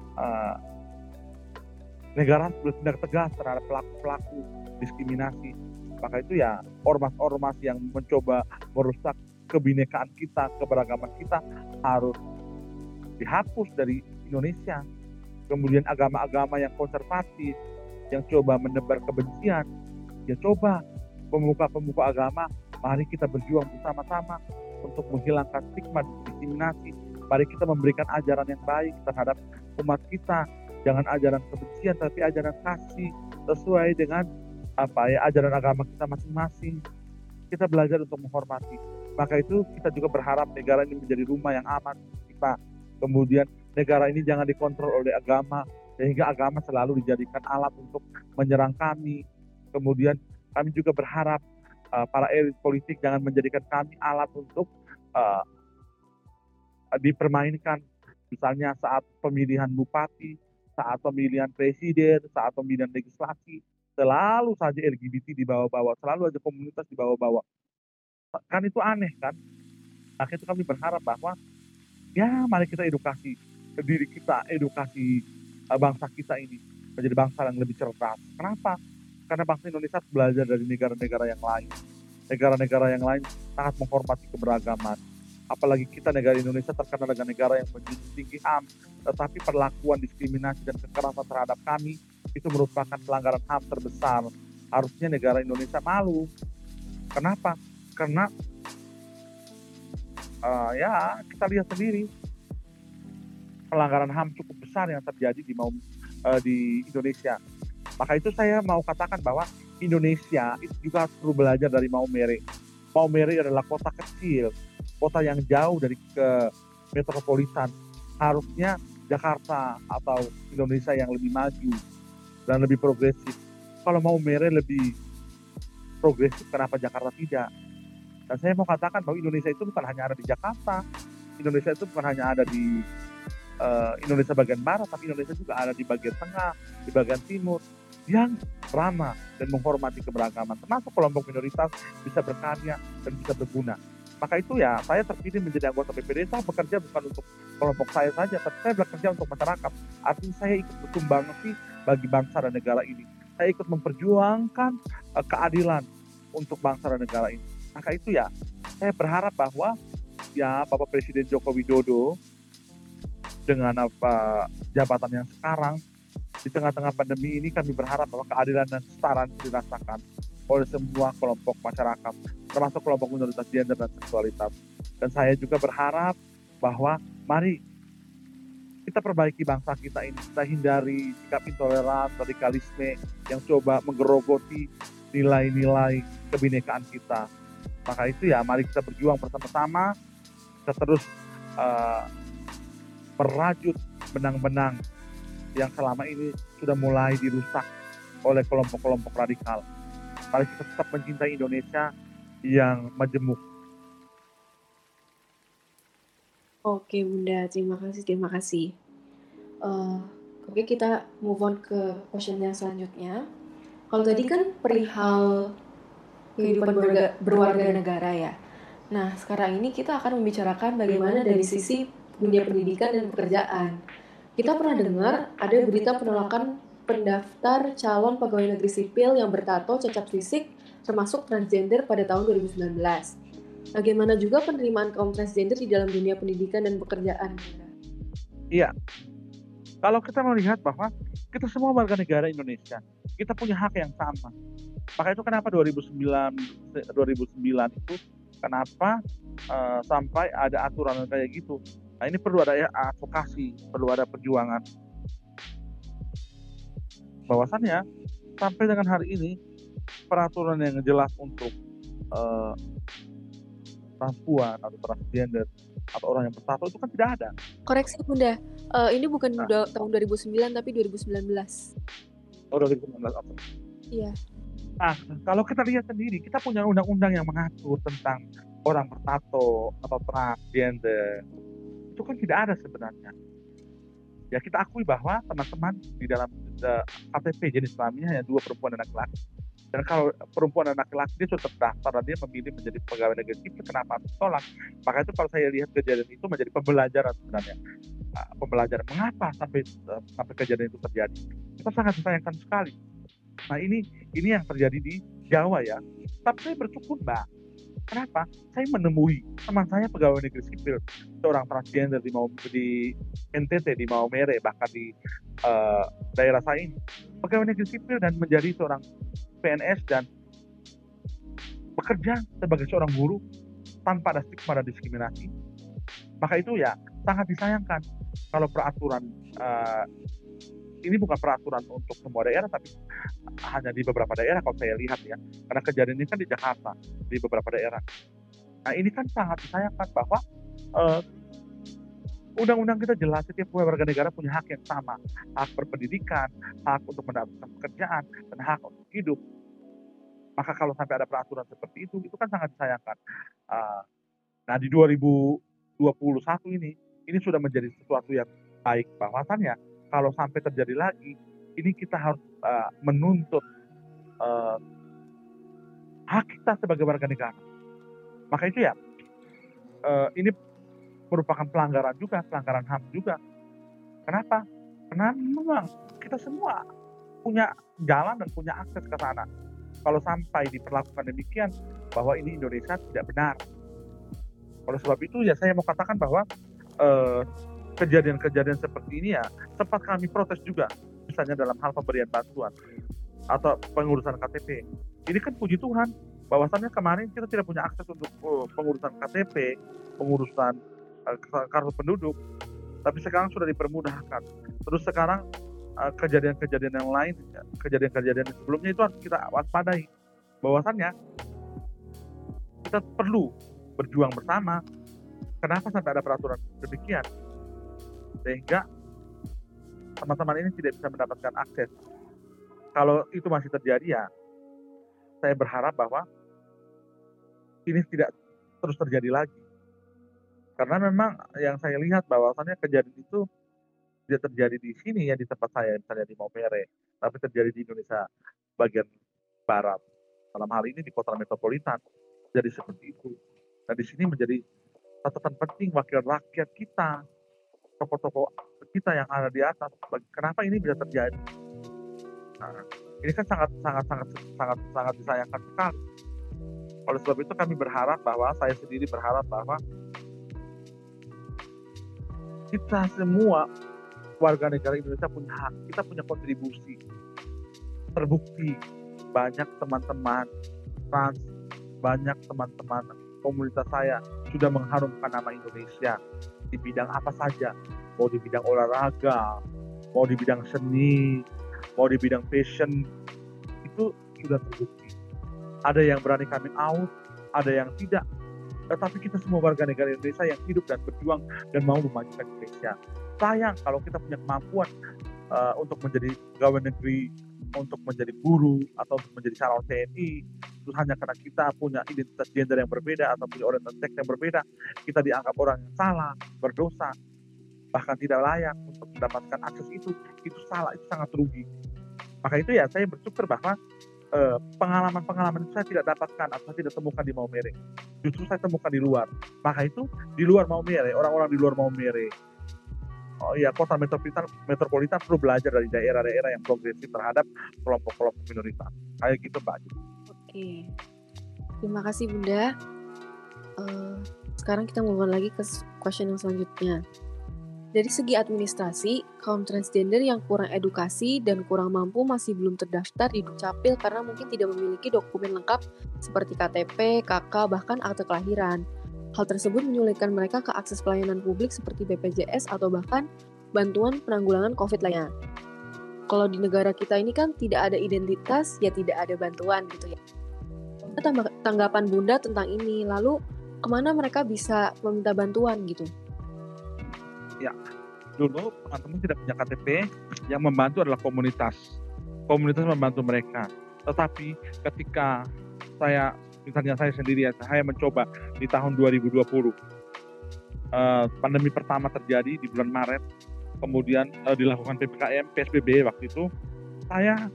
negara harus bertindak tegas terhadap pelaku-pelaku diskriminasi. Maka itu ya ormas-ormas yang mencoba merusak kebinekaan kita, keberagaman kita harus dihapus dari Indonesia. Kemudian agama-agama yang konservatif, yang coba menebar kebencian, ya coba pemuka-pemuka agama, mari kita berjuang bersama-sama untuk menghilangkan stigma diskriminasi. Mari kita memberikan ajaran yang baik terhadap umat kita. Jangan ajaran kebencian, tapi ajaran kasih sesuai dengan ajaran agama kita masing-masing. Kita belajar untuk menghormati. Maka itu kita juga berharap negara ini menjadi rumah yang aman kita. Kemudian negara ini jangan dikontrol oleh agama, sehingga agama selalu dijadikan alat untuk menyerang kami. Kemudian kami juga berharap para elit politik jangan menjadikan kami alat untuk dipermainkan. Misalnya saat pemilihan bupati, saat pemilihan presiden, saat pemilihan legislasi, selalu saja LGBT dibawa-bawa, selalu aja komunitas dibawa-bawa. Kan itu aneh kan? Maka itu kami berharap bahwa ya mari kita edukasi diri kita, edukasi bangsa kita ini menjadi bangsa yang lebih cerdas. Kenapa? Karena bangsa Indonesia harus belajar dari negara-negara yang lain. Negara-negara yang lain sangat menghormati keberagaman. Apalagi kita negara Indonesia terkenal dengan negara yang menjunjung tinggi HAM, tetapi perlakuan diskriminasi dan kekerasan terhadap kami itu merupakan pelanggaran HAM terbesar. Harusnya negara Indonesia malu. Kenapa? Karena ya kita lihat sendiri pelanggaran HAM cukup besar yang terjadi di Indonesia. Maka itu saya mau katakan bahwa Indonesia itu juga harus perlu belajar dari Maumere. Maumere adalah kota kecil, kota yang jauh dari ke metropolitan. Harusnya Jakarta atau Indonesia yang lebih maju dan lebih progresif. Kalau Maumere lebih progresif, kenapa Jakarta tidak? Dan saya mau katakan bahwa Indonesia itu bukan hanya ada di Jakarta. Indonesia itu bukan hanya ada di Indonesia bagian barat, tapi Indonesia juga ada di bagian tengah, di bagian timur, yang ramah dan menghormati keberagaman. Termasuk kelompok minoritas bisa berkarya dan bisa berguna. Maka itu ya, saya terpilih menjadi anggota PPD, saya bekerja bukan untuk kelompok saya saja, tapi saya bekerja untuk masyarakat. Artinya saya ikut bersumbangsi bagi bangsa dan negara ini. Saya ikut memperjuangkan keadilan untuk bangsa dan negara ini. Maka itu ya, saya berharap bahwa ya Bapak Presiden Joko Widodo dengan jabatan yang sekarang di tengah-tengah pandemi ini, kami berharap bahwa keadilan dan kesetaraan dirasakan oleh semua kelompok masyarakat, termasuk kelompok minoritas gender dan seksualitas. Dan saya juga berharap bahwa mari kita perbaiki bangsa kita ini, kita hindari sikap intoleran, radikalisme yang coba menggerogoti nilai-nilai kebinekaan kita. Maka itu ya, mari kita berjuang bersama-sama, kita terus merajut benang-benang yang selama ini sudah mulai dirusak oleh kelompok-kelompok radikal. Mari kita tetap mencintai Indonesia yang majemuk. Oke Bunda, terima kasih terima kasih. Eee, oke kita move on ke question yang selanjutnya. Kalau tadi kan perihal kehidupan berwarga negara ya. Nah, sekarang ini kita akan membicarakan bagaimana dari sisi dunia pendidikan dan pekerjaan. Kita pernah dengar ada berita penolakan pendaftar calon pegawai negeri sipil yang bertato, cacat fisik, termasuk transgender pada tahun 2019. Bagaimana juga penerimaan kaum transgender di dalam dunia pendidikan dan pekerjaan? Iya, kalau kita melihat bahwa kita semua warga negara Indonesia, kita punya hak yang sama. Maka itu kenapa 2009 itu kenapa sampai ada aturan kayak gitu. Nah ini perlu ada ya advokasi, perlu ada perjuangan. Bahwasannya sampai dengan hari ini peraturan yang jelas untuk perempuan atau transgender atau orang yang bertato itu kan tidak ada. Koreksi Bunda, ini bukan Nah, tahun 2009 tapi 2019. oh 2019 apa? Iya. Nah, kalau kita lihat sendiri, kita punya undang-undang yang mengatur tentang orang bertato atau transgender. Itu kan tidak ada sebenarnya. Ya kita akui bahwa teman-teman di dalam KTP jenis kelaminnya hanya 2 perempuan dan laki-laki. Dan kalau perempuan dan laki-laki dia sudah terdaftar dan dia memilih menjadi pegawai negeri sipil, kenapa harus ditolak? Maka itu kalau saya lihat kejadian itu menjadi pembelajaran sebenarnya. Pembelajaran mengapa sampai kejadian itu terjadi. Kita sangat disayangkan sekali. Nah ini yang terjadi di Jawa ya. Tapi saya bersyukur Mbak. Kenapa? Saya menemui teman saya pegawai negeri sipil, seorang transgender di NTT, di Maumere, bahkan di daerah saya ini. Pegawai negeri sipil dan menjadi seorang PNS dan bekerja sebagai seorang guru tanpa ada stigma dan diskriminasi. Maka itu ya sangat disayangkan kalau peraturan ini bukan peraturan untuk semua daerah, tapi hanya di beberapa daerah kalau saya lihat ya. Karena kejadian ini kan di Jakarta, di beberapa daerah. Nah ini kan sangat disayangkan bahwa undang-undang kita jelas setiap warga negara punya hak yang sama. Hak berpendidikan, hak untuk mendapatkan pekerjaan, dan hak untuk hidup. Maka kalau sampai ada peraturan seperti itu kan sangat disayangkan. Nah di 2021 ini sudah menjadi sesuatu yang baik. Bahwasannya kalau sampai terjadi lagi, ini kita harus menuntut hak kita sebagai warga negara. Maka itu ya, ini merupakan pelanggaran juga, pelanggaran HAM juga. Kenapa? Karena memang kita semua punya jalan dan punya akses ke sana. Kalau sampai diperlakukan demikian, bahwa ini Indonesia tidak benar. Oleh sebab itu ya saya mau katakan bahwa kejadian-kejadian seperti ini ya sempat kami protes juga, misalnya dalam hal pemberian bantuan atau pengurusan KTP. Ini kan puji Tuhan, bahwasannya kemarin kita tidak punya akses untuk pengurusan KTP, pengurusan kartu penduduk, tapi sekarang sudah dipermudahkan. Terus sekarang kejadian-kejadian yang lain, kejadian-kejadian sebelumnya itu harus kita waspadai, bahwasannya kita perlu berjuang bersama. Kenapa sampai ada peraturan demikian? Sehingga teman-teman ini tidak bisa mendapatkan akses. Kalau itu masih terjadi ya, saya berharap bahwa ini tidak terus terjadi lagi. Karena memang yang saya lihat bahwasannya kejadian itu tidak terjadi di sini ya, di tempat saya, misalnya di Maumere, tapi terjadi di Indonesia bagian barat. Dalam hal ini di kota metropolitan, jadi seperti itu. Nah di sini menjadi catatan penting wakil rakyat kita, tokoh-tokoh kita yang ada di atas. Kenapa ini bisa terjadi? Nah, ini kan sangat disayangkan sekali. Oleh sebab itu kami berharap bahwa saya sendiri berharap bahwa kita semua warga negara Indonesia punya hak, kita punya kontribusi. Terbukti banyak teman-teman trans, banyak teman-teman komunitas saya sudah mengharumkan nama Indonesia di bidang apa saja, mau di bidang olahraga, mau di bidang seni, mau di bidang fashion, itu sudah terbukti. Ada yang berani coming out, ada yang tidak. Tetapi kita semua warga negara Indonesia yang hidup dan berjuang dan mau memajukan Indonesia. Sayang kalau kita punya kemampuan untuk menjadi pegawai negeri, untuk menjadi guru, atau untuk menjadi calon TNI, justru hanya karena kita punya identitas gender yang berbeda atau punya orientasi seks yang berbeda, kita dianggap orang yang salah, berdosa, bahkan tidak layak untuk mendapatkan akses itu salah, itu sangat rugi. Maka itu ya saya bersyukur bahwa pengalaman-pengalaman itu saya tidak dapatkan atau saya tidak temukan di Maumere. Justru saya temukan di luar. Maka itu di luar Maumere, orang-orang di luar Maumere, oh iya, kota metropolitan perlu belajar dari daerah-daerah yang progresif terhadap kelompok-kelompok minoritas. Kayak gitu, Mbak. Oke. Terima kasih, Bunda. Sekarang kita move on lagi ke question yang selanjutnya. Dari segi administrasi, kaum transgender yang kurang edukasi dan kurang mampu masih belum terdaftar di Dukcapil karena mungkin tidak memiliki dokumen lengkap seperti KTP, KK, bahkan akte kelahiran. Hal tersebut menyulitkan mereka ke akses pelayanan publik seperti BPJS atau bahkan bantuan penanggulangan COVID lainnya. Kalau di negara kita ini kan tidak ada identitas, ya tidak ada bantuan gitu ya. Tanggapan Bunda tentang ini, lalu kemana mereka bisa meminta bantuan gitu? Ya, dulu teman-teman tidak punya KTP, yang membantu adalah komunitas. Komunitas membantu mereka. Tetapi ketika misalnya saya sendiri, saya mencoba di tahun 2020, pandemi pertama terjadi di bulan Maret, kemudian dilakukan PPKM, PSBB waktu itu, saya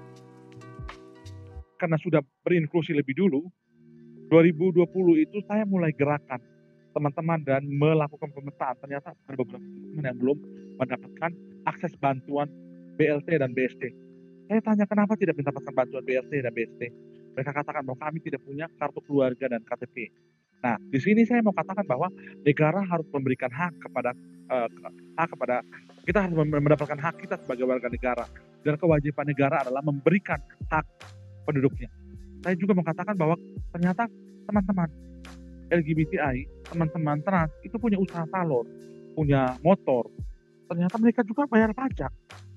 karena sudah berinklusi lebih dulu, 2020 itu saya mulai gerakan teman-teman dan melakukan pemetaan. Ternyata ada beberapa teman yang belum mendapatkan akses bantuan BLT dan BST. Saya tanya kenapa tidak mendapatkan bantuan BLT dan BST. Mereka katakan bahwa kami tidak punya kartu keluarga dan KTP. Nah, di sini saya mau katakan bahwa negara harus memberikan hak kepada kita harus mendapatkan hak kita sebagai warga negara, dan kewajiban negara adalah memberikan hak penduduknya. Saya juga mengatakan bahwa ternyata teman-teman LGBTI, teman-teman trans itu punya usaha salon, punya motor. Ternyata mereka juga bayar pajak,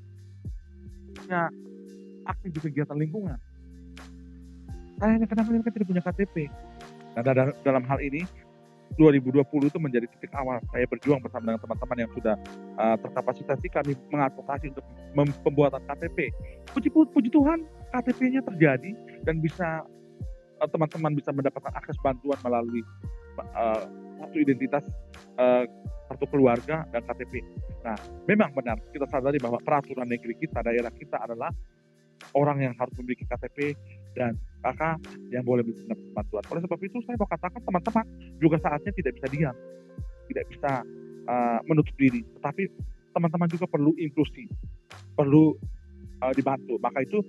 punya aktif di kegiatan lingkungan. Sayangnya kenapa mereka tidak punya KTP? Nah, dalam hal ini 2020 itu menjadi titik awal saya berjuang bersama dengan teman-teman yang sudah terkapasitasi. Kami mengadvokasi untuk pembuatan KTP. Puji Tuhan KTP-nya terjadi dan bisa teman-teman bisa mendapatkan akses bantuan melalui satu identitas, kartu keluarga dan KTP. Nah, memang benar kita sadari bahwa peraturan negeri kita, daerah kita adalah orang yang harus memiliki KTP dan KK yang boleh mendapat bantuan. Oleh sebab itu saya mau katakan teman-teman juga saatnya tidak bisa diam, tidak bisa menutup diri, tetapi teman-teman juga perlu inklusi, perlu dibantu. Maka itu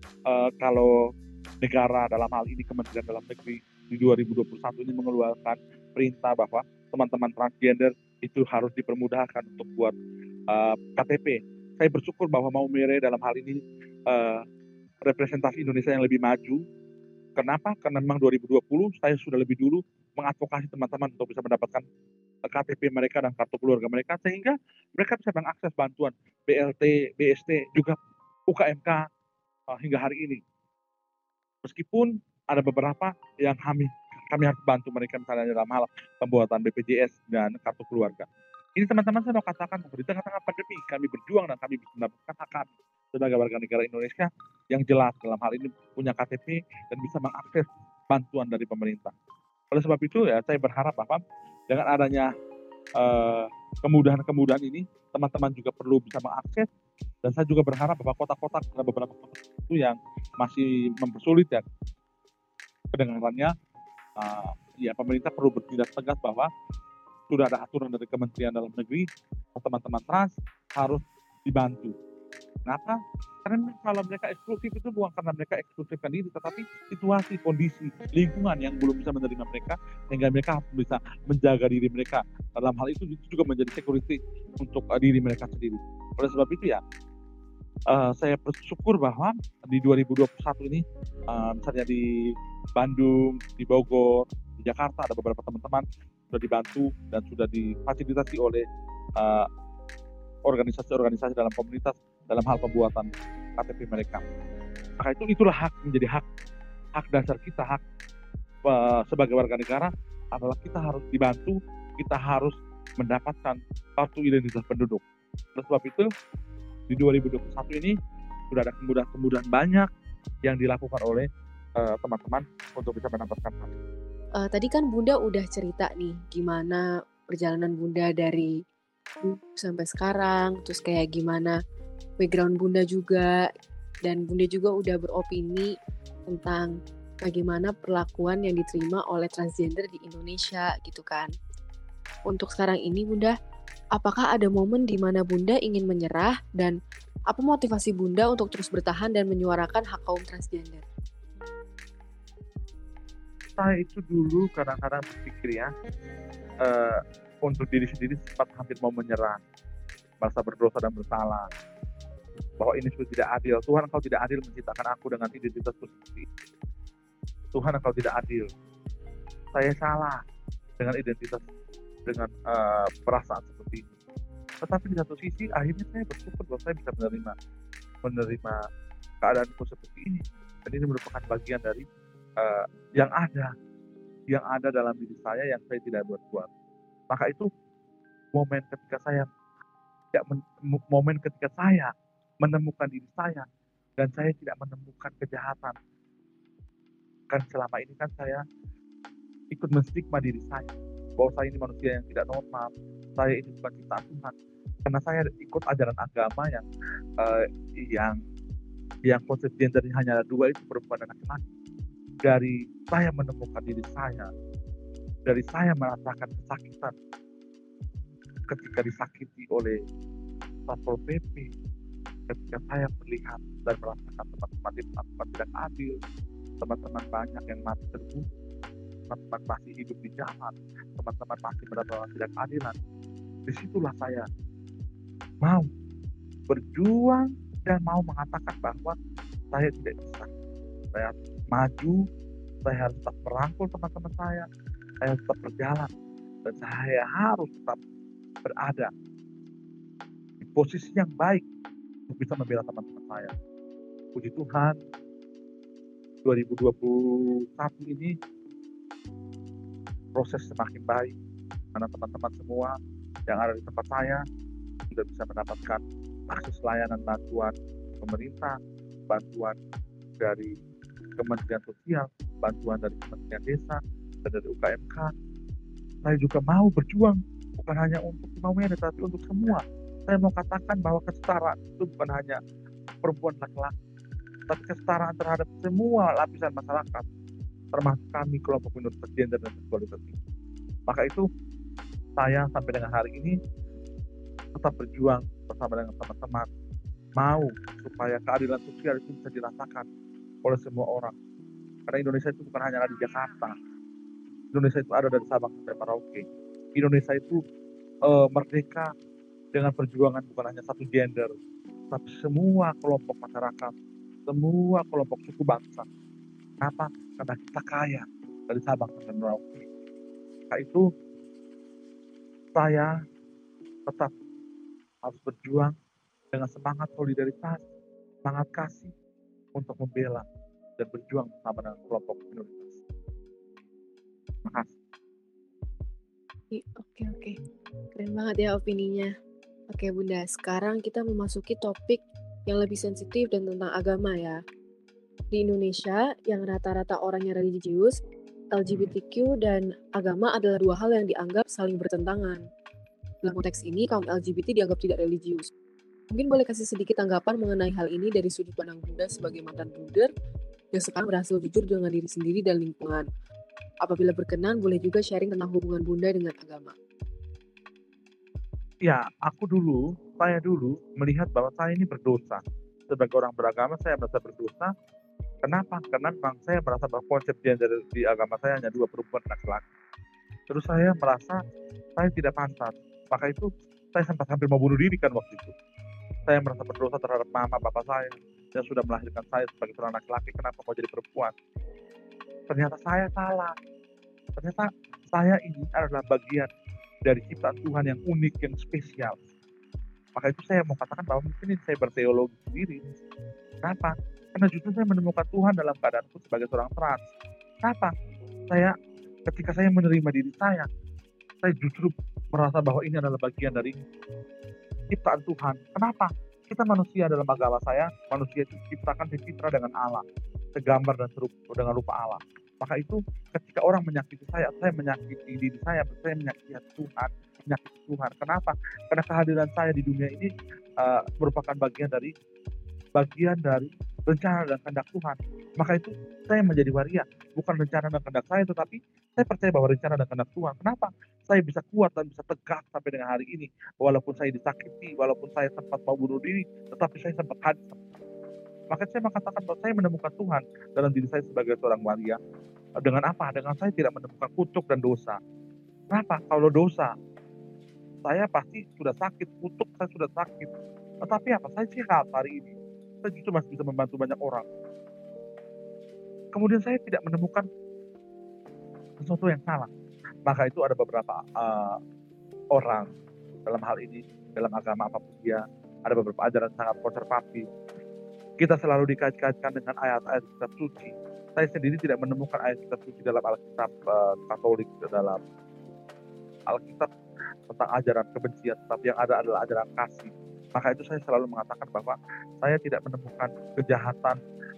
kalau negara dalam hal ini Kementerian Dalam Negeri di 2021 ini mengeluarkan perintah bahwa teman-teman transgender itu harus dipermudahkan untuk buat KTP. Saya bersyukur bahwa Maumere dalam hal ini representasi Indonesia yang lebih maju. Kenapa? Karena memang 2020 saya sudah lebih dulu mengadvokasi teman-teman untuk bisa mendapatkan KTP mereka dan kartu keluarga mereka, sehingga mereka bisa mengakses bantuan BLT, BST, juga UKMK hingga hari ini. Meskipun ada beberapa yang kami harus bantu mereka, misalnya dalam hal pembuatan BPJS dan kartu keluarga. Ini teman-teman saya mau katakan bahwa di tengah-tengah pandemi kami berjuang dan kami bisa mendapatkan hak kami sebagai warga negara Indonesia yang jelas dalam hal ini punya KTP dan bisa mengakses bantuan dari pemerintah. Oleh sebab itu ya saya berharap bahwa dengan adanya kemudahan-kemudahan ini teman-teman juga perlu bisa mengakses, dan saya juga berharap bahwa kota-kota, ada beberapa kota itu yang masih mempersulit ya kedengarannya, ya pemerintah perlu bertindak tegas bahwa sudah ada aturan dari Kementerian Dalam Negeri, teman-teman trans harus dibantu. Kenapa? Karena kalau mereka eksklusif itu bukan karena mereka eksklusifkan diri, tetapi situasi, kondisi, lingkungan yang belum bisa menerima mereka, sehingga mereka harus bisa menjaga diri mereka. Dalam hal itu juga menjadi security untuk diri mereka sendiri. Oleh sebab itu ya, saya bersyukur bahwa di 2021 ini, misalnya di Bandung, di Bogor, di Jakarta ada beberapa teman-teman sudah dibantu dan sudah difasilitasi oleh organisasi-organisasi dalam komunitas dalam hal pembuatan KTP mereka. Maka itulah menjadi hak dasar kita, hak sebagai warga negara adalah kita harus dibantu, kita harus mendapatkan kartu identitas penduduk. Oleh sebab itu di 2021 ini sudah ada kemudahan-kemudahan banyak yang dilakukan oleh teman-teman untuk bisa mendapatkan hal itu. Tadi kan Bunda udah cerita nih, gimana perjalanan Bunda dari dulu sampai sekarang, terus kayak gimana background Bunda juga, dan Bunda juga udah beropini tentang bagaimana perlakuan yang diterima oleh transgender di Indonesia gitu kan. Untuk sekarang ini Bunda, apakah ada momen di mana Bunda ingin menyerah dan apa motivasi Bunda untuk terus bertahan dan menyuarakan hak kaum transgender? Saya itu dulu kadang-kadang berpikir ya, eee, untuk diri sendiri sempat hampir mau menyerah, merasa berdosa dan bersalah, bahwa ini sudah tidak adil. Tuhan, Engkau tidak adil menciptakan aku dengan identitasku seperti ini. Tuhan, Engkau tidak adil. Saya salah dengan identitas, dengan perasaan seperti ini. Tetapi di satu sisi akhirnya saya bersyukur bahwa saya bisa menerima keadaanku seperti ini. Dan ini merupakan bagian dari yang ada dalam diri saya yang saya tidak buat-buat. Maka itu momen ketika saya tidak momen ketika saya menemukan diri saya dan saya tidak menemukan kejahatan. Kan selama ini kan saya ikut menstigma diri saya bahwa saya ini manusia yang tidak normal, saya ini bukan ciptaan Tuhan. Karena saya ikut ajaran agama eh, yang konsep gendernya hanya ada dua, itu perempuan dan laki-laki. Dari saya menemukan diri saya, dari saya merasakan kesakitan ketika disakiti oleh Satpol PP, ketika saya melihat dan merasakan teman-teman diperlakukan tidak adil, teman-teman banyak yang mati terbunuh, teman-teman masih hidup di jalan, teman-teman masih mendapatkan tidak keadilan. Disitulah saya mau berjuang dan mau mengatakan bahwa saya tidak bisa. Saya harus maju, saya harus tetap merangkul teman-teman saya harus tetap berjalan, dan saya harus tetap berada di posisi yang baik untuk bisa membela teman-teman saya. Puji Tuhan, 2021 ini proses semakin baik, karena teman-teman semua yang ada di tempat saya sudah bisa mendapatkan akses layanan bantuan pemerintah, bantuan dari Kementerian Sosial, bantuan dari Kementerian Desa, dan dari UKMK. Saya juga mau berjuang, bukan hanya untuk kaum Medan, tapi untuk semua. Saya mau katakan bahwa kesetaraan itu bukan hanya perempuan laki-laki, tapi kesetaraan terhadap semua lapisan masyarakat, termasuk kami kelompok minoritas gender dan seksualitas ini. Maka itu saya sampai dengan hari ini tetap berjuang bersama dengan teman-teman, mau supaya keadilan sosial itu bisa dirasakan oleh semua orang. Karena Indonesia itu bukan hanya ada di Jakarta. Indonesia itu ada dari Sabang sampai Merauke. Indonesia itu merdeka dengan perjuangan bukan hanya satu gender, tapi semua kelompok masyarakat, semua kelompok suku bangsa. Kenapa? Karena kita kaya dari Sabang sampai Merauke. Maka itu saya tetap harus berjuang dengan semangat solidaritas, semangat kasih untuk membela dan berjuang bersama dengan kelompok minoritas. Terima kasih. Oke. Keren banget ya opininya. Oke Bunda, sekarang kita memasuki topik yang lebih sensitif dan tentang agama ya. Di Indonesia, yang rata-rata orangnya religius, LGBTQ dan agama adalah dua hal yang dianggap saling bertentangan. Dalam konteks ini, kaum LGBT dianggap tidak religius. Mungkin boleh kasih sedikit tanggapan mengenai hal ini dari sudut pandang Bunda sebagai mantan bruder yang sekarang berhasil jujur dengan diri sendiri dan lingkungan. Apabila berkenan, boleh juga sharing tentang hubungan Bunda dengan agama. Ya, saya dulu melihat bahwa saya ini berdosa. Sebagai orang beragama, saya merasa berdosa. Kenapa? Karena memang saya merasa bahwa konsep gender di agama saya hanya dua, perempuan dan laki-laki. Terus saya merasa saya tidak pantas. Maka itu saya sempat hampir mau bunuh diri kan waktu itu. Saya merasa berdosa terhadap mama bapak saya yang sudah melahirkan saya sebagai seorang laki-laki. Kenapa mau jadi perempuan? Ternyata saya salah. Ternyata saya ini adalah bagian dari ciptaan Tuhan yang unik, yang spesial. Maka itu saya mau katakan bahwa mungkin ini saya berteologi sendiri. Kenapa? Karena justru saya menemukan Tuhan dalam keadaanku sebagai seorang trans. Kenapa? Ketika saya menerima diri saya justru merasa bahwa ini adalah bagian dari ciptaan Tuhan. Kenapa? Kita manusia dalam agama saya, manusia itu diciptakan dicipta dengan Allah. segambar dan serupa dengan rupa Allah. Maka itu ketika orang menyakiti saya menyakiti diri saya menyakiti hati Tuhan, menyakiti Tuhan. Kenapa? Karena kehadiran saya di dunia ini merupakan bagian dari rencana dan kehendak Tuhan. Maka itu saya menjadi waria, bukan rencana dan kehendak saya, tetapi saya percaya bahwa rencana dan kehendak Tuhan. Kenapa? Saya bisa kuat dan bisa tegak sampai dengan hari ini. Walaupun saya disakiti, walaupun saya sempat mau bunuh diri, tetapi saya sempat hadir. Maka saya mengatakan bahwa saya menemukan Tuhan dalam diri saya sebagai seorang waria. Dengan apa? Dengan saya tidak menemukan kutuk dan dosa. Kenapa? Kalau dosa, saya pasti sudah sakit, kutuk saya sudah sakit. Tetapi apa? Saya sehat hari ini. Saya justru masih bisa membantu banyak orang. Kemudian saya tidak menemukan sesuatu yang salah. Maka itu ada beberapa orang dalam hal ini, dalam agama apapun dia, ada beberapa ajaran sangat konservatif. Kita selalu dikait-kaitkan dengan ayat-ayat kitab suci. Saya sendiri tidak menemukan ayat kitab suci dalam Alkitab Katolik, dalam Alkitab tentang ajaran kebencian, tetapi yang ada adalah ajaran kasih. Maka itu saya selalu mengatakan bahwa saya tidak menemukan kejahatan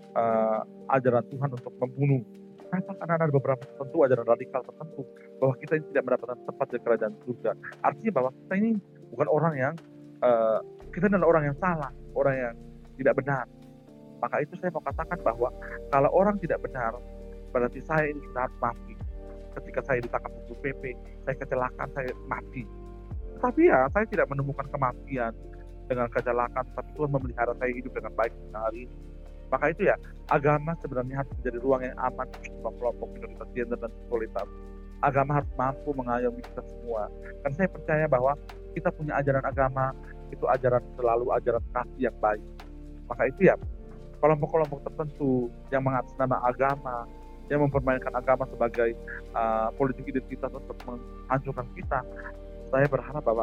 ajaran Tuhan untuk membunuh. Kenapa? Karena ada beberapa tertentu, ajaran radikal tertentu, bahwa kita ini tidak mendapatkan tempat di kerajaan surga. Artinya bahwa kita ini bukan orang yang, kita adalah orang yang salah, orang yang tidak benar. Maka itu saya mau katakan bahwa kalau orang tidak benar, berarti saya ini kita harus mati. Ketika saya ditangkap Satpol PP, saya kecelakaan, saya mati. Tetapi ya, saya tidak menemukan kematian dengan kecelakaan, tapi Tuhan memelihara saya hidup dengan baik hari ini. Maka itu ya, agama sebenarnya harus menjadi ruang yang aman untuk kelompok minoritas gender dan seksualitas. Agama harus mampu mengayomi kita semua. Karena saya percaya bahwa kita punya ajaran agama, itu selalu ajaran kasih yang baik. Maka itu ya, kelompok-kelompok tertentu yang mengatasnama agama, yang mempermainkan agama sebagai politik identitas untuk menghancurkan kita, saya berharap bahwa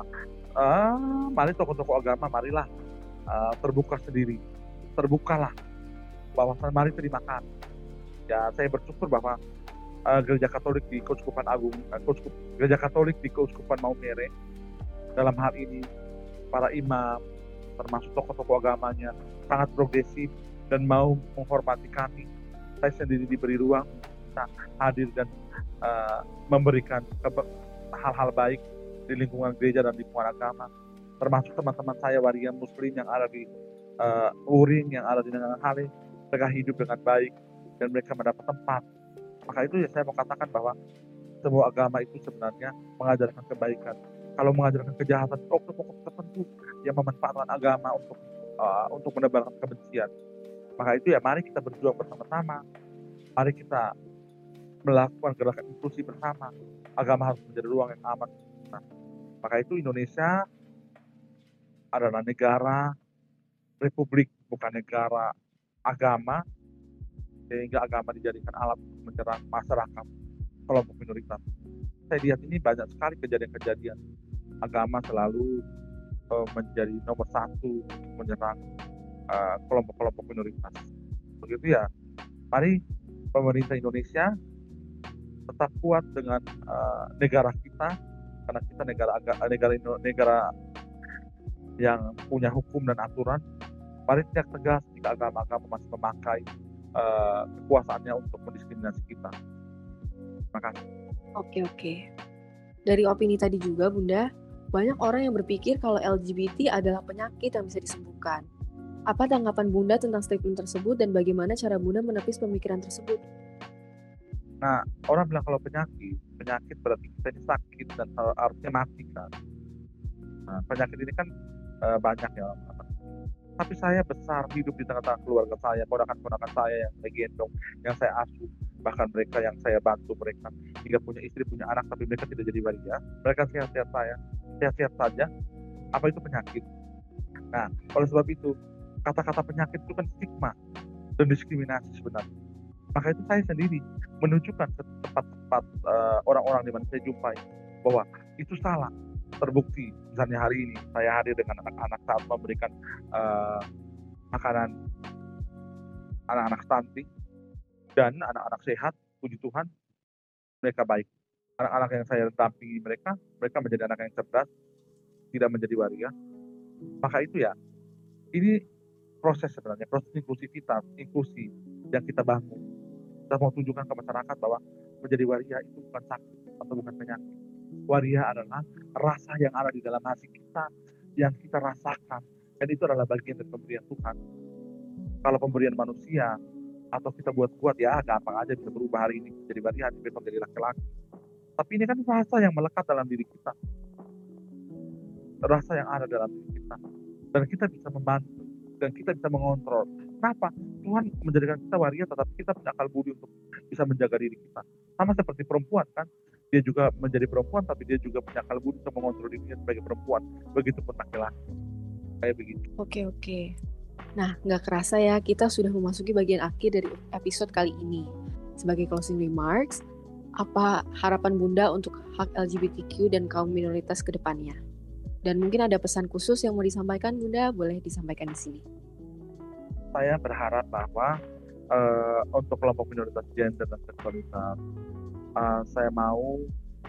mari tokoh-tokoh agama, marilah terbuka sendiri, terbukalah, bahwa mari terima kasih. Ya, saya bersyukur bahwa Gereja Katolik di Keuskupan Agung, Gereja Katolik di Keuskupan Maumere, dalam hal ini para imam, termasuk tokoh-tokoh agamanya, sangat progresif dan mau menghormati kami. Saya sendiri diberi ruang bisa hadir dan memberikan hal-hal baik di lingkungan gereja dan lingkungan agama, termasuk teman-teman saya waria muslim yang ada di Uring, yang ada di Nangan Hale. Mereka hidup dengan baik dan mereka mendapat tempat. Maka itu ya saya mau katakan bahwa semua agama itu sebenarnya mengajarkan kebaikan. Kalau mengajarkan kejahatan, oknum-oknum tertentu yang memanfaatkan agama untuk menebarkan kebencian. Maka itu ya mari kita berjuang bersama-sama. Mari kita melakukan gerakan inklusi bersama. Agama harus menjadi ruang yang aman. Maka itu Indonesia adalah negara republik, bukan negara agama, sehingga agama dijadikan alat untuk menyerang masyarakat, kelompok minoritas. Saya lihat ini banyak sekali kejadian-kejadian agama selalu menjadi nomor satu menyerang kelompok-kelompok minoritas. Begitu ya, mari pemerintah Indonesia tetap kuat dengan negara kita, karena kita negara yang punya hukum dan aturan. Mari tidak tegas jika agama-agama masih memakai kekuasaannya untuk mendiskriminasi kita. Terima kasih. Oke. Dari opini tadi juga, Bunda, banyak orang yang berpikir kalau LGBT adalah penyakit yang bisa disembuhkan. Apa tanggapan Bunda tentang statement tersebut dan bagaimana cara Bunda menepis pemikiran tersebut? Nah, orang bilang kalau penyakit berarti kita ini sakit dan harusnya mati kan. Nah, penyakit ini kan banyak ya. Tapi saya besar hidup di tengah-tengah keluarga saya, ponakan-ponakan saya yang saya gendong, yang saya asuh, bahkan mereka yang saya bantu mereka hingga punya istri, punya anak, tapi mereka tidak jadi waria. Mereka sehat-sehat saja. Apa itu penyakit? Nah, oleh sebab itu, kata-kata penyakit itu kan stigma dan diskriminasi sebenarnya. Maka itu saya sendiri menunjukkan ke tempat-tempat orang-orang di mana saya jumpai bahwa itu salah. Terbukti, misalnya hari ini saya hadir dengan anak-anak saat memberikan makanan anak-anak stunting dan anak-anak sehat, puji Tuhan, mereka baik. Anak-anak yang saya dampingi mereka menjadi anak yang cerdas, tidak menjadi waria. Maka itu ya, ini proses sebenarnya, proses inklusi. yang kita bangun. Kita mau tunjukkan ke masyarakat bahwa menjadi waria itu bukan sakit atau bukan penyakit. Waria adalah rasa yang ada di dalam hati kita, yang kita rasakan. Dan itu adalah bagian dari pemberian Tuhan. Kalau pemberian manusia, atau kita buat-buat, ya gampang aja bisa berubah hari ini jadi waria, besok jadi laki-laki. Tapi ini kan rasa yang melekat dalam diri kita. Rasa yang ada dalam diri kita. Dan kita bisa membantu. Dan kita bisa mengontrol. Kenapa? Tuhan menjadikan kita waria, tetapi kita punya akal budi untuk bisa menjaga diri kita. Sama seperti perempuan kan. Dia juga menjadi perempuan, tapi dia juga punya akal budi untuk mengontrol dirinya sebagai perempuan. Begitupun laki-laki. Kayak begitu. Oke. Nah, nggak kerasa ya, kita sudah memasuki bagian akhir dari episode kali ini. Sebagai closing remarks, apa harapan Bunda untuk hak LGBTQ dan kaum minoritas ke depannya? Dan mungkin ada pesan khusus yang mau disampaikan, Bunda, boleh disampaikan di sini. Saya berharap bahwa untuk kelompok minoritas gender dan seksualitas, saya mau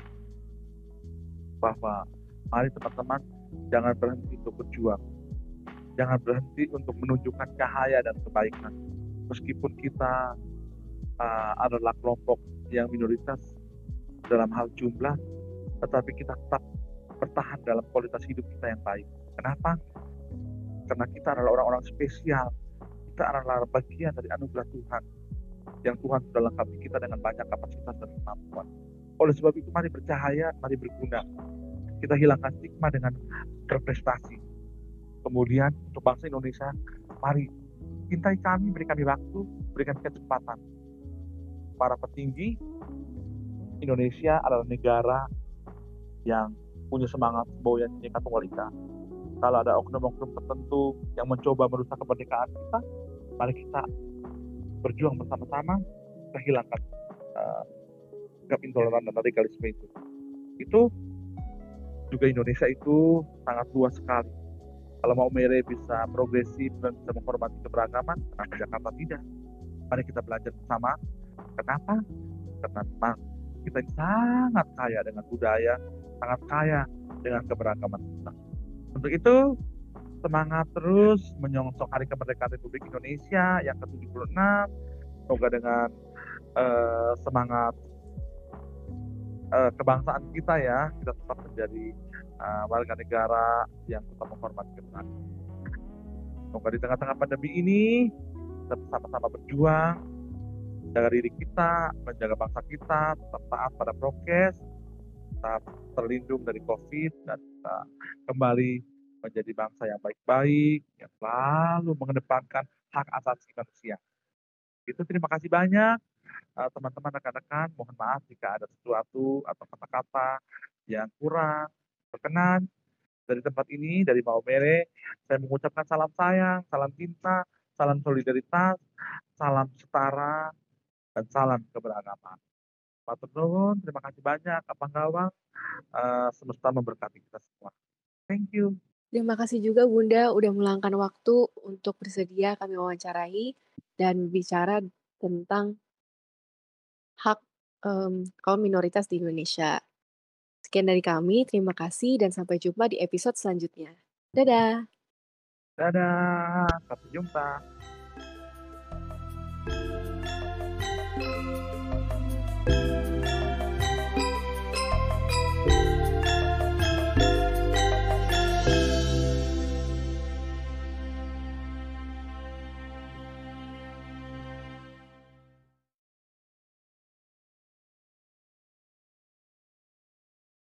bahwa mari teman-teman jangan berhenti untuk berjuang. Jangan berhenti untuk menunjukkan cahaya dan kebaikan. Meskipun kita adalah kelompok yang minoritas dalam hal jumlah, tetapi kita tetap bertahan dalam kualitas hidup kita yang baik. Kenapa? Karena kita adalah orang-orang spesial. Kita adalah bagian dari anugerah Tuhan. Yang Tuhan sudah lengkapi kita dengan banyak kapasitas dan kemampuan. Oleh sebab itu, mari bercahaya, mari berguna. Kita hilangkan stigma dengan berprestasi. Kemudian untuk bangsa Indonesia, mari cintai kami, beri kami waktu, berikan kesempatan. Para petinggi Indonesia adalah negara yang punya semangat semboyan Bhinneka Tunggal Ika. Kalau ada oknum-oknum tertentu yang mencoba merusak kemerdekaan kita, mari kita berjuang bersama-sama, kita hilangkan sikap intoleran dan radikalisme itu. Itu juga Indonesia itu sangat luas sekali. Kalau mau mere bisa progresif dan bisa menghormati keberagaman, kenapa Jakarta tidak? Mari kita belajar bersama. Kenapa? Karena memang kita sangat kaya dengan budaya, sangat kaya dengan keberagaman kita. Untuk itu, semangat terus menyongsong Hari Kemerdekaan Republik Indonesia yang ke-76. Semoga dengan semangat kebangsaan kita ya, kita tetap menjadi warga negara yang tetap menghormati keberagaman. Semoga di tengah-tengah pandemi ini kita bersama-sama berjuang, menjaga diri kita, menjaga bangsa kita, tetap taat pada prokes, tetap terlindung dari COVID, dan kita kembali menjadi bangsa yang baik-baik, yang selalu mengedepankan hak asasi manusia. Itu terima kasih banyak teman-teman, rekan-rekan. Mohon maaf jika ada sesuatu atau kata-kata yang kurang berkenan. Dari tempat ini, dari Maumere, saya mengucapkan salam sayang, salam cinta, salam solidaritas, salam setara, dan salam keberagaman. Matur nuwun, terima kasih banyak, Abang Gawang. Semesta memberkati kita semua. Thank you. Terima kasih juga Bunda udah meluangkan waktu untuk bersedia kami wawancarai dan bicara tentang hak kaum minoritas di Indonesia. Sekian dari kami, terima kasih dan sampai jumpa di episode selanjutnya. Dadah! Dadah, sampai jumpa.